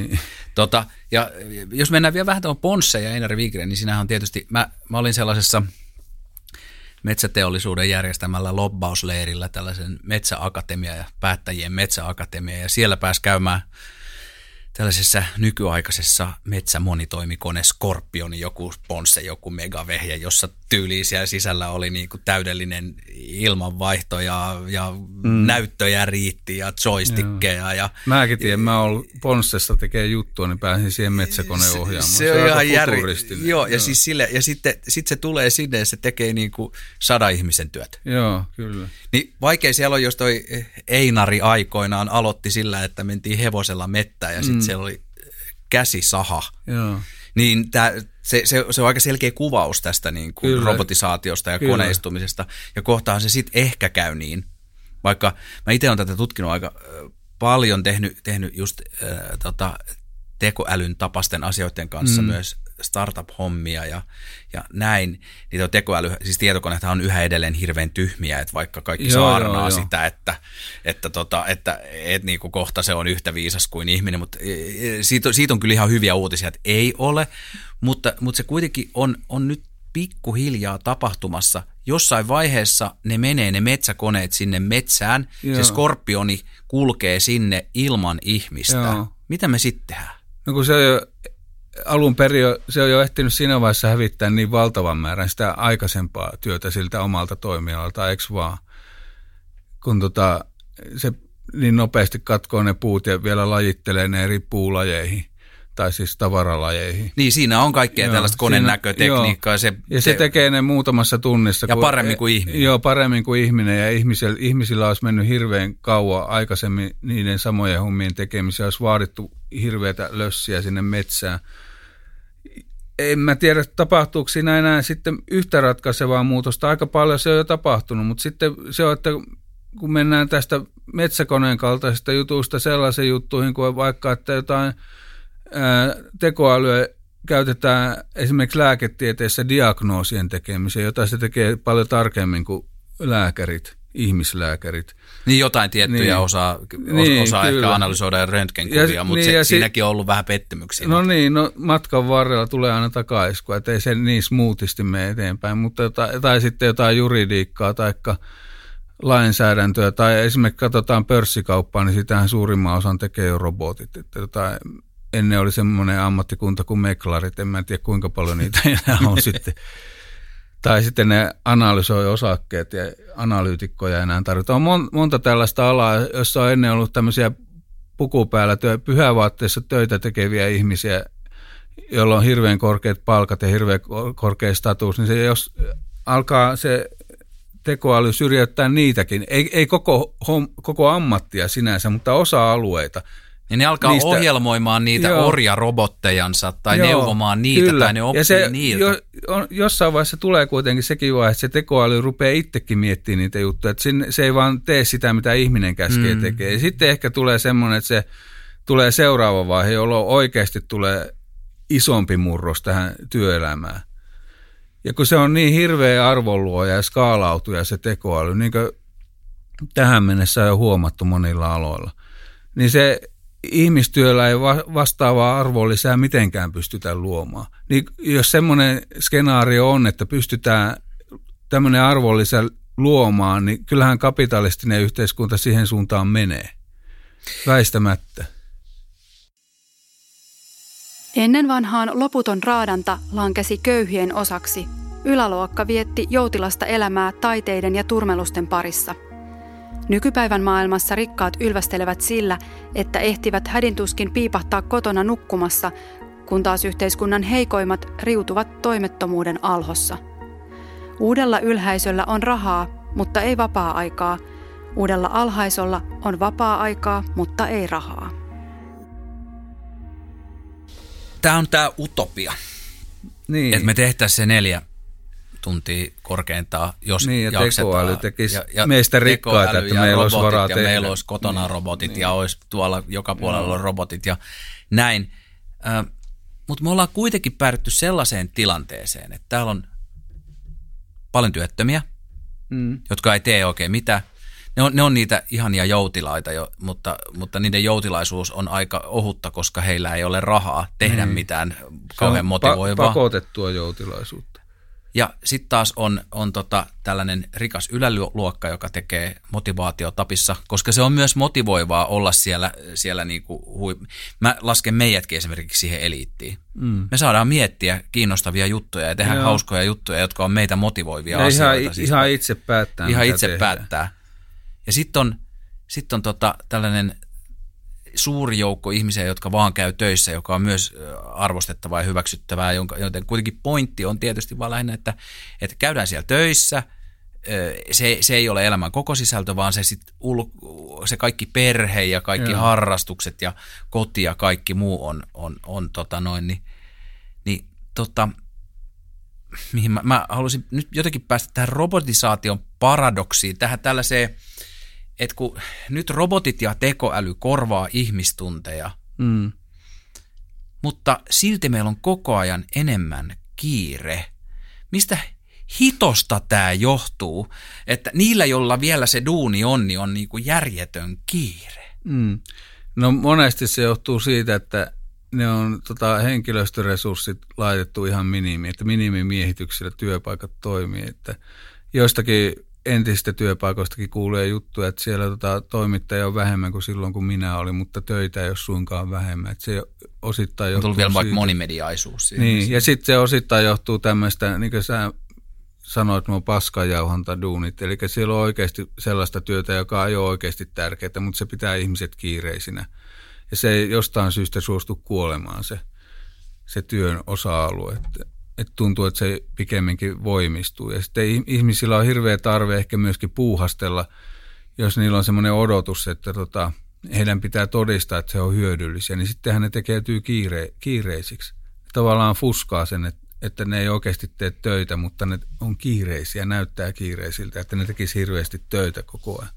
Ja jos mennään vielä vähän tuohon Ponsse ja Einari Wigren, niin siinähän on tietysti, mä olin sellaisessa metsäteollisuuden järjestämällä lobbausleirillä, tällaisen metsäakatemia ja päättäjien metsäakatemia, ja siellä pääsi käymään tällaisessa nykyaikaisessa metsämonitoimikone Scorpion, joku Ponsse, joku megavehje, jossa tyyliin siellä sisällä oli niin kuin täydellinen ilmanvaihto ja näyttöjä riitti ja joystickeja. Ja mäkin tiedän, mä oon ollut Ponssesta tekee juttua, niin pääsin siihen metsäkoneohjaamaan. Se on ihan futuristinen. Joo, ja siis ja sitten se tulee sinne ja se tekee niin kuin 100 ihmisen työt. Joo, kyllä. Niin vaikea siellä on, jos toi Einari aikoinaan aloitti sillä, että mentiin hevosella mettään ja sitten siellä oli käsisaha. Joo. Niin se on aika selkeä kuvaus tästä niin kuin robotisaatiosta ja koneistumisesta. Ja kohtaan se sitten ehkä käy niin, vaikka mä itse olen tätä tutkinut aika paljon, tehnyt just tekoälyn tapaisten asioiden kanssa myös startup-hommia ja näin. Niitä on tekoäly, siis tietokoneethan on yhä edelleen hirveän tyhmiä, että vaikka kaikki saarnaa sitä, että niin kuin kohta se on yhtä viisas kuin ihminen, mutta siitä on kyllä ihan hyviä uutisia, että ei ole, mutta se kuitenkin on nyt pikkuhiljaa tapahtumassa. Jossain vaiheessa ne metsäkoneet sinne metsään, se Skorpioni kulkee sinne ilman ihmistä. Joo. Mitä me sitten tehdään? No kun se on jo alun perin se on jo ehtinyt siinä vaiheessa hävittää niin valtavan määrän sitä aikaisempaa työtä siltä omalta toimialalta, eikö vaan? Kun se niin nopeasti katkoo ne puut ja vielä lajittelee ne eri puulajeihin, tai siis tavaralajeihin. Niin, siinä on kaikkea tällaista konenäkötekniikkaa. Se tekee ne muutamassa tunnissa. Ja paremmin kuin ihminen. Joo, paremmin kuin ihminen, ja ihmisillä olisi mennyt hirveän kauan aikaisemmin niiden samojen hommien tekemiseen, olisi vaadittu hirveätä lössiä sinne metsään. En mä tiedä, tapahtuuko siinä enää sitten yhtä ratkaisevaa muutosta. Aika paljon se on jo tapahtunut, mutta sitten se on, että kun mennään tästä metsäkoneen kaltaisesta jutusta sellaisen juttuihin, kuin vaikka, että jotain tekoälyä käytetään esimerkiksi lääketieteessä diagnoosien tekemiseen, jota se tekee paljon tarkemmin kuin ihmislääkärit. Niin jotain tiettyjä osaa ehkä analysoida röntgenkuvia, mutta siinäkin on ollut vähän pettymyksiä. No niin, matkan varrella tulee aina takaiskua, ettei se niin smoothisti mene eteenpäin, mutta tai sitten jotain juridiikkaa tai lainsäädäntöä, tai esimerkiksi katsotaan pörssikauppaa, niin sitähän suurimman osan tekee jo robotit, että ennen oli semmoinen ammattikunta kuin meklarit, en mä tiedä kuinka paljon niitä enää on sitten. Tai sitten ne analysoi osakkeet ja analyytikkoja enää tarvitaan. On monta tällaista alaa, jossa on ennen ollut tämmöisiä pukupäällä pyhävaatteissa töitä tekeviä ihmisiä, joilla on hirveän korkeat palkat ja hirveän korkea status, niin se, jos alkaa se tekoäly syrjäyttää niitäkin, ei koko ammattia sinänsä, mutta osa-alueita. Ja ne alkaa ohjelmoimaan niitä orjarobottejansa tai neuvomaan niitä tai ne oppii niiltä. Jossain vaiheessa tulee kuitenkin sekin vaihe, että se tekoäly rupeaa itsekin miettimään niitä juttuja, että se ei vaan tee sitä, mitä ihminen käskee tekee. Ja sitten ehkä tulee semmoinen, että se tulee seuraava vaihe, jolloin oikeasti tulee isompi murros tähän työelämään. Ja kun se on niin hirveä arvonluoja ja skaalautuja se tekoäly, niin kuin tähän mennessä on jo huomattu monilla aloilla, niin se ihmistyöllä ei vastaavaa arvonlisää mitenkään pystytä luomaan. Niin jos semmoinen skenaario on, että pystytään tämmöinen arvonlisä luomaan, niin kyllähän kapitalistinen yhteiskunta siihen suuntaan menee. Väistämättä. Ennen vanhaan loputon raadanta lankesi köyhien osaksi. Yläluokka vietti joutilasta elämää taiteiden ja turmelusten parissa. Nykypäivän maailmassa rikkaat ylvästelevät sillä, että ehtivät hädintuskin piipahtaa kotona nukkumassa, kun taas yhteiskunnan heikoimmat riutuvat toimettomuuden alhossa. Uudella ylhäisöllä on rahaa, mutta ei vapaa-aikaa. Uudella alhaisolla on vapaa-aikaa, mutta ei rahaa. Tämä on tämä utopia, niin. Että me tehtäisiin se 4 tuntia korkeintaan, jos niin, jaksetaan. Tekoäly tekisi meistä rikkaita, että meillä olisi varaa tehdä. Meillä olisi kotona robotit ja olisi tuolla joka puolella robotit ja näin. Mutta me ollaan kuitenkin päädytty sellaiseen tilanteeseen, että täällä on paljon työttömiä, jotka ei tee oikein mitään. Ne on niitä ihania joutilaita, mutta niiden joutilaisuus on aika ohutta, koska heillä ei ole rahaa tehdä mitään kauhean motivoivaa. Pakotettua joutilaisuutta. Ja sitten taas on tällainen rikas yläluokka, joka tekee motivaatiotapissa, koska se on myös motivoivaa olla siellä niinku mä lasken meidätkin esimerkiksi siihen eliittiin. Me saadaan miettiä kiinnostavia juttuja ja tehdä hauskoja juttuja, jotka on meitä motivoivia ja asioita. Ihan itse päättää. Ihan itse päättää. Ja sitten on tällainen suuri joukko ihmisiä, jotka vaan käy töissä, joka on myös arvostettavaa ja hyväksyttävää, joten kuitenkin pointti on tietysti vaan lähinnä, että käydään siellä töissä, se ei ole elämän koko sisältö, vaan se kaikki perhe ja kaikki harrastukset ja koti ja kaikki muu mihin mä haluaisin nyt jotenkin päästä tähän robotisaation paradoksiin, tähän tällaiseen, että kun nyt robotit ja tekoäly korvaa ihmistunteja, mutta silti meillä on koko ajan enemmän kiire. Mistä hitosta tämä johtuu, että niillä, joilla vielä se duuni on, niin on niin kuin järjetön kiire? No monesti se johtuu siitä, että ne on henkilöstöresurssit laitettu ihan minimiin, että minimimiehityksellä työpaikat toimii, että joistakin entisistä työpaikoistakin kuulee juttuja, että siellä toimittajia on vähemmän kuin silloin, kun minä olin, mutta töitä ei ole suinkaan vähemmän. Että se osittain johtuu on tullut vielä vaikka siitä. Monimediaisuus. Niin, ja sitten se osittain johtuu tämmöistä, niin kuin sä sanoit, nuo paskajauhantaduunit, eli siellä on oikeasti sellaista työtä, joka ei ole oikeasti tärkeää, mutta se pitää ihmiset kiireisinä. Ja se ei jostain syystä suostu kuolemaan se työn osa-alue, että tuntuu, että se pikemminkin voimistuu. Ja sitten ihmisillä on hirveä tarve ehkä myöskin puuhastella, jos niillä on semmoinen odotus, että heidän pitää todistaa, että se on hyödyllisiä, niin sittenhän ne tekeytyy kiireisiksi. Tavallaan fuskaa sen, että ne ei oikeasti tee töitä, mutta ne on kiireisiä, näyttää kiireisiltä, että ne tekisi hirveästi töitä koko ajan.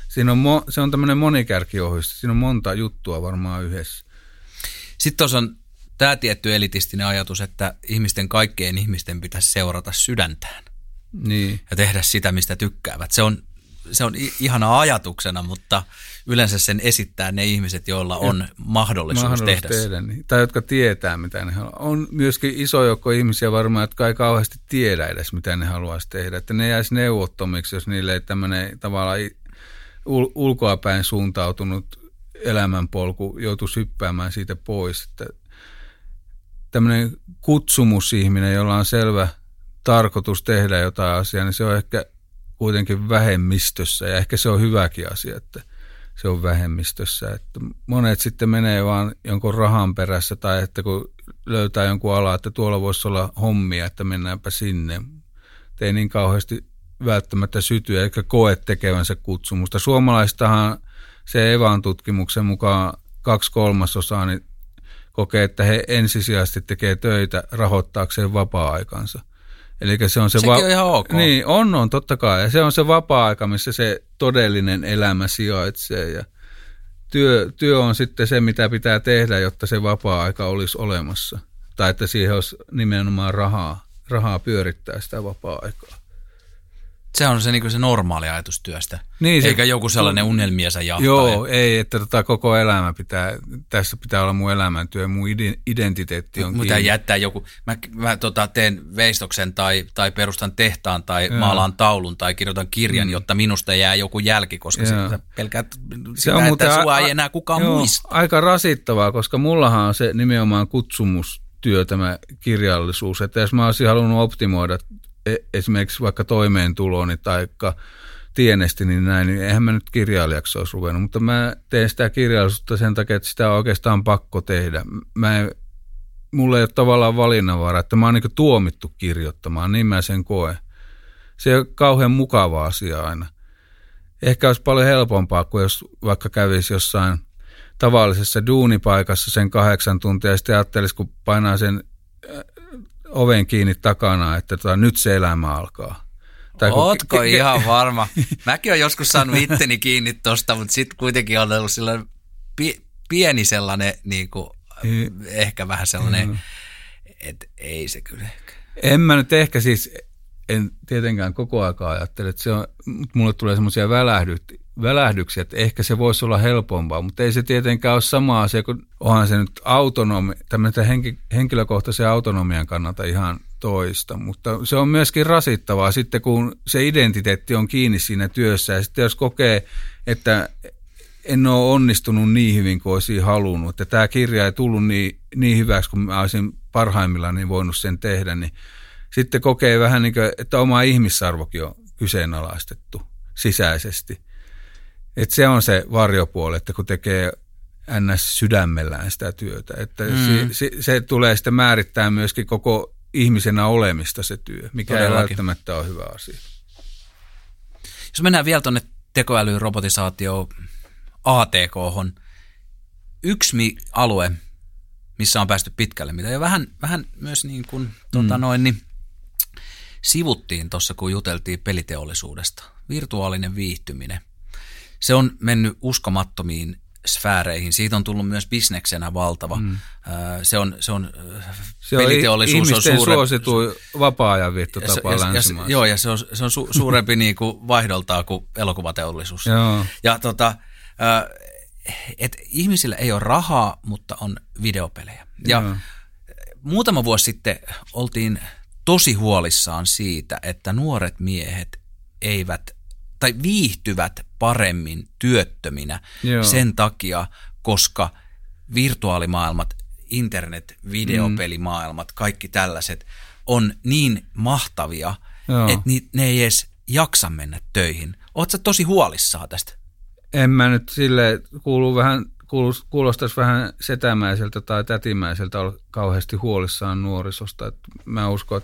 Se on tämmöinen monikärkiohjelma, siinä on monta juttua varmaan yhdessä. Sitten tuossa on tämä tietty elitistinen ajatus, että kaikkien ihmisten pitäisi seurata sydäntään ja tehdä sitä, mistä tykkäävät. Se on ihana ajatuksena, mutta yleensä sen esittää ne ihmiset, joilla on mahdollisuus tehdä niin. Tai jotka tietää, mitä ne haluaa. On myöskin iso joukko ihmisiä varmaan, jotka ei kauheasti tiedä edes, mitä ne haluaisi tehdä. Että ne jäisi neuvottomiksi, jos niille ei tämmöinen tavallaan ulkoapäin suuntautunut elämänpolku joutuisi hyppäämään siitä pois. Että tämmöinen kutsumusihminen, jolla on selvä tarkoitus tehdä jotain asiaa, niin se on ehkä kuitenkin vähemmistössä ja ehkä se on hyväkin asia, että se on vähemmistössä. Että monet sitten menee vaan jonkun rahan perässä tai että kun löytää jonkun ala, että tuolla voisi olla hommia, että mennäänpä sinne. Ei niin kauheasti välttämättä sytyä eikä koe tekevänsä kutsumusta. Suomalaistahan se Evan tutkimuksen mukaan 2/3 niin kokee, että he ensisijaisesti tekee töitä rahoittaakseen vapaa-aikansa. Eli se on sekin on ihan ok. Niin, on totta kai. Ja se on se vapaa-aika, missä se todellinen elämä sijaitsee. Ja työ on sitten se, mitä pitää tehdä, jotta se vapaa-aika olisi olemassa. Tai että siihen olisi nimenomaan rahaa pyörittää sitä vapaa-aikaa. Se on se, niin kuin se normaali ajatus työstä, niin, eikä joku sellainen unelmiensa jahtaa. Joo, ei, että koko elämä tässä pitää olla mun elämäntyö, mun identiteetti on kiinni. Mitä jättää joku, mä teen veistoksen tai perustan tehtaan tai maalaan taulun tai kirjoitan kirjan, jotta minusta jää joku jälki, koska sä pelkäät sitä, että sua ei enää kukaan muista. Aika rasittavaa, koska mullahan on se nimenomaan kutsumustyö, tämä kirjallisuus, että jos mä olisin halunnut optimoida esimerkiksi vaikka toimeentuloni tai tienesti, niin näin, niin eihän mä nyt kirjailijaksi olisi ruvennut, mutta mä teen sitä kirjallisuutta sen takia, että sitä on oikeastaan pakko tehdä. Mulla ei ole tavallaan valinnanvara, että mä oon niin tuomittu kirjoittamaan, niin mä sen koen. Se on kauhean mukava asia aina. Ehkä olisi paljon helpompaa, kuin jos vaikka kävisi jossain tavallisessa duunipaikassa sen 8 tuntia ja sitten ajattelisi, kun painaa oven kiinni takana, että nyt se elämä alkaa. Ootko ihan varma? Mäkin olen joskus saanut itteni kiinni tosta, mutta sitten kuitenkin on ollut sellainen pieni sellainen, niin kuin, ehkä vähän sellainen ei se kyllä ehkä. En mä nyt ehkä siis, en tietenkään koko aikaa ajattele, että se on, mulle tulee semmoisia välähdyksiä, että ehkä se voisi olla helpompaa, mutta ei se tietenkään ole sama asia, kun onhan se nyt tämmöinen henkilökohtaisen autonomian kannalta ihan toista, mutta se on myöskin rasittavaa sitten, kun se identiteetti on kiinni siinä työssä ja sitten jos kokee, että en ole onnistunut niin hyvin kuin olisin halunnut, että tämä kirja ei tullut niin hyväksi, kun mä olisin parhaimmillaan niin voinut sen tehdä, niin sitten kokee vähän niin kuin, että oma ihmisarvokin on kyseenalaistettu sisäisesti. Että se on se varjopuoli, että kun tekee ns. Sydämellään sitä työtä, että se tulee sitten määrittää myöskin koko ihmisenä olemista se työ, mikä todellakin ei välttämättä ole hyvä asia. Jos mennään vielä tuonne tekoälyyn, robotisaatioon, ATK:hon, yksi alue, missä on päästy pitkälle, mitä jo vähän myös niin kuin, niin sivuttiin tuossa, kun juteltiin peliteollisuudesta. Virtuaalinen viihtyminen. Se on mennyt uskomattomiin sfääreihin. Siitä on tullut myös bisneksenä valtava. Peliteollisuus on ihmisten suosituin vapaa-ajan viettotapa länsimaassa. Joo, ja se on suurempi niin kuin vaihdoltaan kuin elokuvateollisuus. Joo. Ja että ihmisillä ei ole rahaa, mutta on videopelejä. Ja muutama vuosi sitten oltiin tosi huolissaan siitä, että nuoret miehet viihtyvät paremmin työttöminä sen takia, koska virtuaalimaailmat, internet, videopelimaailmat, kaikki tällaiset on niin mahtavia, että ne ei edes jaksa mennä töihin. Oletko sä tosi huolissaan tästä? En mä nyt silleen, kuulostaisi vähän setämäiseltä tai tätimäiseltä olla kauheasti huolissaan nuorisosta. Et mä uskon,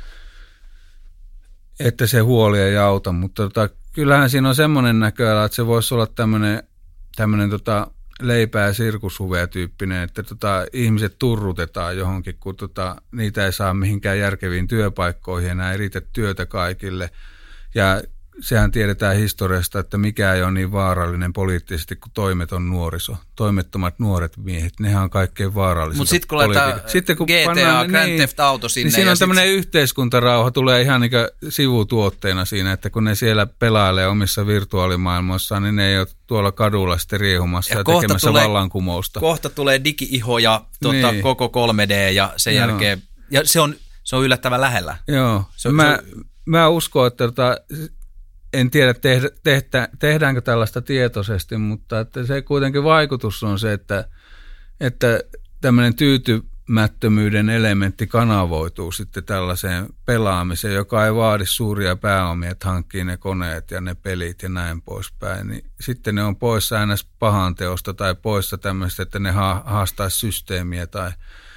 että se huoli ei auta, mutta kyllähän siinä on semmoinen näköala, että se voisi olla tämmöinen leipää ja sirkushuveja tyyppinen, että ihmiset turrutetaan johonkin, kun niitä ei saa mihinkään järkeviin työpaikkoihin, enää ei riitä työtä kaikille. Ja sehän tiedetään historiasta, että mikä ei ole niin vaarallinen poliittisesti kuin toimeton nuoriso. Toimettomat nuoret miehet, nehän on kaikkein vaarallisinta. Mutta sitten kun laitetaan GTA, Grand Theft Auto sinne. Niin siinä on tämmöinen yhteiskuntarauha, tulee ihan niin kuin sivutuotteena siinä, että kun ne siellä pelailee omissa virtuaalimaailmoissaan, niin ne ei ole tuolla kadulla sitten riehumassa ja tekemässä vallankumousta. Kohta tulee digi-iho ja koko 3D ja sen jälkeen, ja se on yllättävän lähellä. Joo, mä uskon, että en tiedä, tehdäänkö tällaista tietoisesti, mutta että se kuitenkin vaikutus on se, että tämmöinen tyytymättömyyden elementti kanavoituu sitten tällaiseen pelaamiseen, joka ei vaadi suuria pääomia, että hankkii ne koneet ja ne pelit ja näin poispäin. Niin sitten ne on poissa aina pahanteosta tai poissa tämmöistä, että ne haastaisi systeemiä tai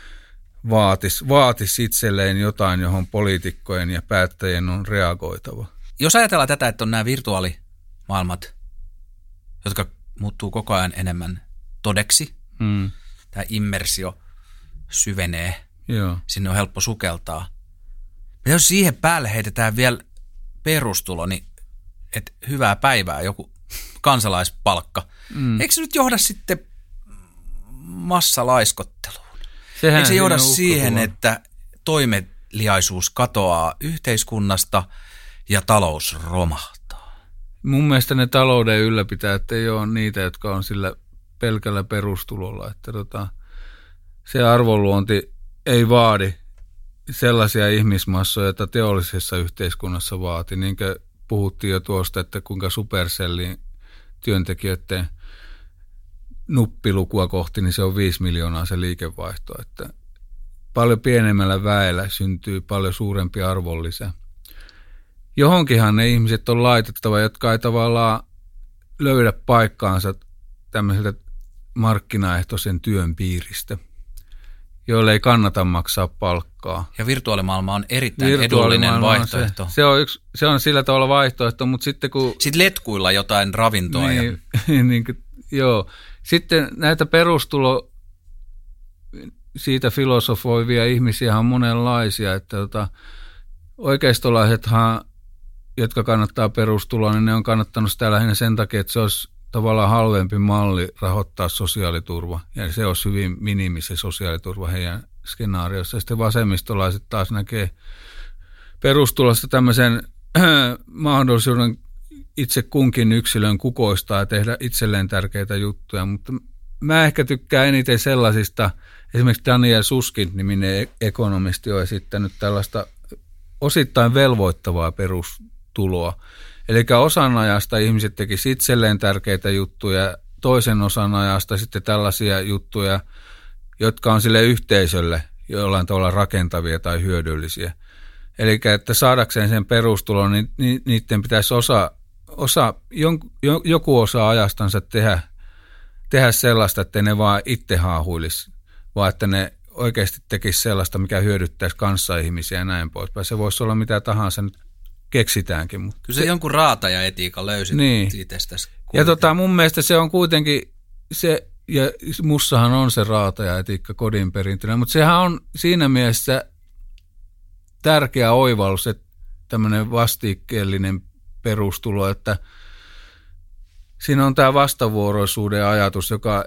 vaatisi itselleen jotain, johon poliitikkojen ja päättäjien on reagoitava. Jos ajatellaan tätä, että on nämä virtuaalimaailmat, jotka muuttuu koko ajan enemmän todeksi, tämä immersio syvenee, sinne on helppo sukeltaa. Ja jos siihen päälle heitetään vielä perustulo, niin että hyvää päivää, joku kansalaispalkka, eikö se nyt johda sitten massalaiskotteluun? Eikö se johda siihen, että toimeliaisuus katoaa yhteiskunnasta ja talous romahtaa? Mun mielestä ne talouden ylläpitäjät ei ole niitä, jotka on sillä pelkällä perustulolla. Että se arvonluonti ei vaadi sellaisia ihmismassoja, joita teollisessa yhteiskunnassa vaati. Niin kuin puhuttiin jo tuosta, että kuinka Supercellin työntekijöiden nuppilukua kohti, niin se on 5 miljoonaa se liikevaihto. Että paljon pienemmällä väellä syntyy paljon suurempi arvonlisä. Johonkinhan ne ihmiset on laitettava, jotka ei tavallaan löydä paikkaansa tämmöiseltä markkinaehtoisen työn piiristä, joille ei kannata maksaa palkkaa. Ja virtuaalimaailma on erittäin edullinen vaihtoehto. Se on sillä tavalla vaihtoehto, mutta sitten kun... Sitten letkuilla jotain ravintoa. Joo. Sitten näitä perustulo siitä filosofoivia ihmisiä on monenlaisia, että oikeistolaisethan, jotka kannattaa perustuloa, niin ne on kannattanut sitä lähinnä sen takia, että se olisi tavallaan halvempi malli rahoittaa sosiaaliturva. Ja se olisi hyvin minimi se sosiaaliturva heidän skenaariossa. Sitten vasemmistolaiset taas näkee perustulosta tämmöisen mahdollisuuden itse kunkin yksilön kukoistaa ja tehdä itselleen tärkeitä juttuja, mutta mä ehkä tykkään eniten sellaisista, esimerkiksi Daniel Susskind-niminen ekonomisti on esittänyt tällaista osittain velvoittavaa perustuloa. Eli osan ajasta ihmiset tekisivät itselleen tärkeitä juttuja, toisen osan ajasta sitten tällaisia juttuja, jotka on sille yhteisölle jollain tavalla rakentavia tai hyödyllisiä. Eli että saadakseen sen perustulon, niin niiden pitäisi joku osa ajastansa tehdä sellaista, että ne vaan itse haahuilisi, vaan että ne oikeasti tekisi sellaista, mikä hyödyttäisi kanssaihmisiä ja näin poispäin. Se voisi olla mitä tahansa, nyt keksitäänkin. Mutta kyllä se jonkun raataja-etiikan löysit niin. itsestäsi. Ja mun mielestä se on kuitenkin se, ja mussahan on se raataja-etiikka kodinperintönä, mutta sehän on siinä mielessä tärkeä oivallus, että tämmöinen vastikkeellinen perustulo, että siinä on tämä vastavuoroisuuden ajatus, joka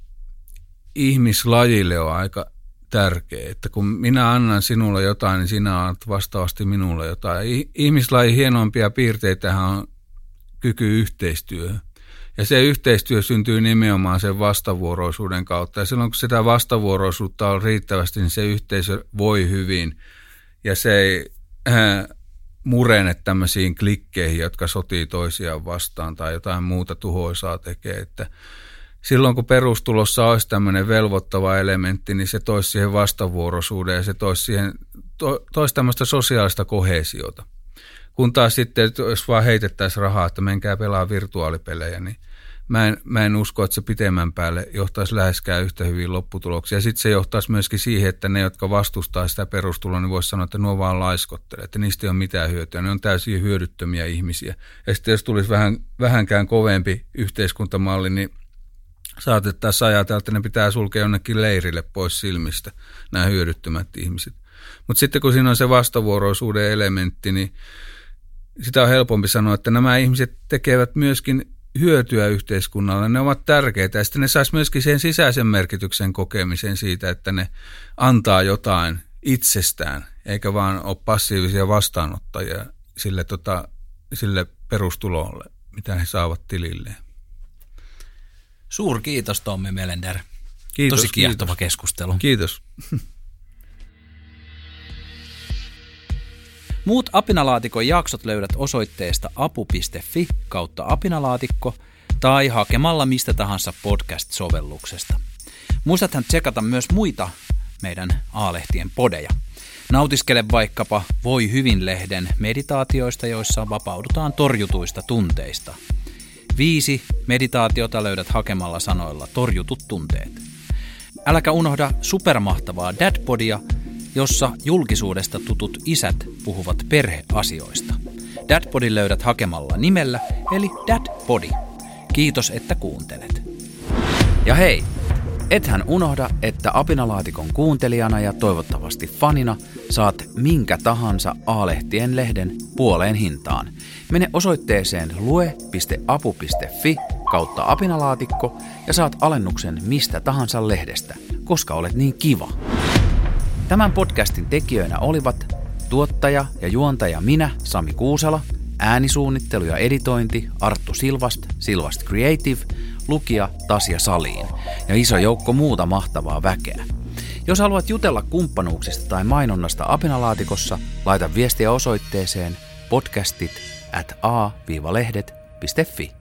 ihmislajille on aika tärkeä, että kun minä annan sinulle jotain, niin sinä annat vastaavasti minulle jotain. Ihmislajin hienoimpia piirteitähän on kyky yhteistyöhön. Ja se yhteistyö syntyy nimenomaan sen vastavuoroisuuden kautta. Ja silloin kun sitä vastavuoroisuutta on riittävästi, niin se yhteisö voi hyvin. Ja se ei murene tämmöisiin klikkeihin, jotka sotii toisiaan vastaan tai jotain muuta tuhoisaa tekee. Että silloin kun perustulossa olisi tämmöinen velvoittava elementti, niin se toisi siihen vastavuoroisuuden ja se toisi tämmöistä sosiaalista koheesiota. Kun taas sitten, jos vaan heitettäisiin rahaa, että menkää pelaa virtuaalipelejä, niin mä en usko, että se pitemmän päälle johtaisi läheskään yhtä hyvin lopputuloksia. Ja sitten se johtaisi myöskin siihen, että ne, jotka vastustaa sitä perustuloa, niin voisi sanoa, että nuo vaan laiskottelee, että niistä ei ole mitään hyötyä. Ne on täysin hyödyttömiä ihmisiä. Ja sitten jos tulisi vähänkään kovempi yhteiskuntamalli, niin saatettaisiin ajatella, että ne pitää sulkea jonnekin leirille pois silmistä, nämä hyödyttömät ihmiset. Mutta sitten kun siinä on se vastavuoroisuuden elementti, niin sitä on helpompi sanoa, että nämä ihmiset tekevät myöskin hyötyä yhteiskunnalle. Ne ovat tärkeitä ja sitten ne saisi myöskin sen sisäisen merkityksen kokemisen siitä, että ne antaa jotain itsestään, eikä vaan ole passiivisia vastaanottajia sille perustulolle, mitä he saavat tililleen. Suurkiitos Tommi Melender. Kiitos, tosi kiehtova keskustelu. Kiitos. Muut Apinalaatikon jaksot löydät osoitteesta apu.fi/apinalaatikko tai hakemalla mistä tahansa podcast-sovelluksesta. Muistathan tsekata myös muita meidän A-lehtien podeja. Nautiskele vaikkapa Voi hyvin-lehden meditaatioista, joissa vapaudutaan torjutuista tunteista. 5 meditaatiota löydät hakemalla sanoilla torjutut tunteet. Äläkä unohda supermahtavaa Dadpodia, jossa julkisuudesta tutut isät puhuvat perheasioista. Dadpodin löydät hakemalla nimellä, eli Dadpodi. Kiitos, että kuuntelet. Ja hei, ethän unohda, että Apinalaatikon kuuntelijana ja toivottavasti fanina saat minkä tahansa A-lehtien lehden puoleen hintaan. Mene osoitteeseen lue.apu.fi/apinalaatikko ja saat alennuksen mistä tahansa lehdestä, koska olet niin kiva. Tämän podcastin tekijöinä olivat tuottaja ja juontaja minä, Sami Kuusela, äänisuunnittelu ja editointi Arttu Silvast Creative, lukija Tasja Saliin ja iso joukko muuta mahtavaa väkeä. Jos haluat jutella kumppanuuksista tai mainonnasta Apinalaatikossa, laita viestiä osoitteeseen podcastit@a-lehdet.fi.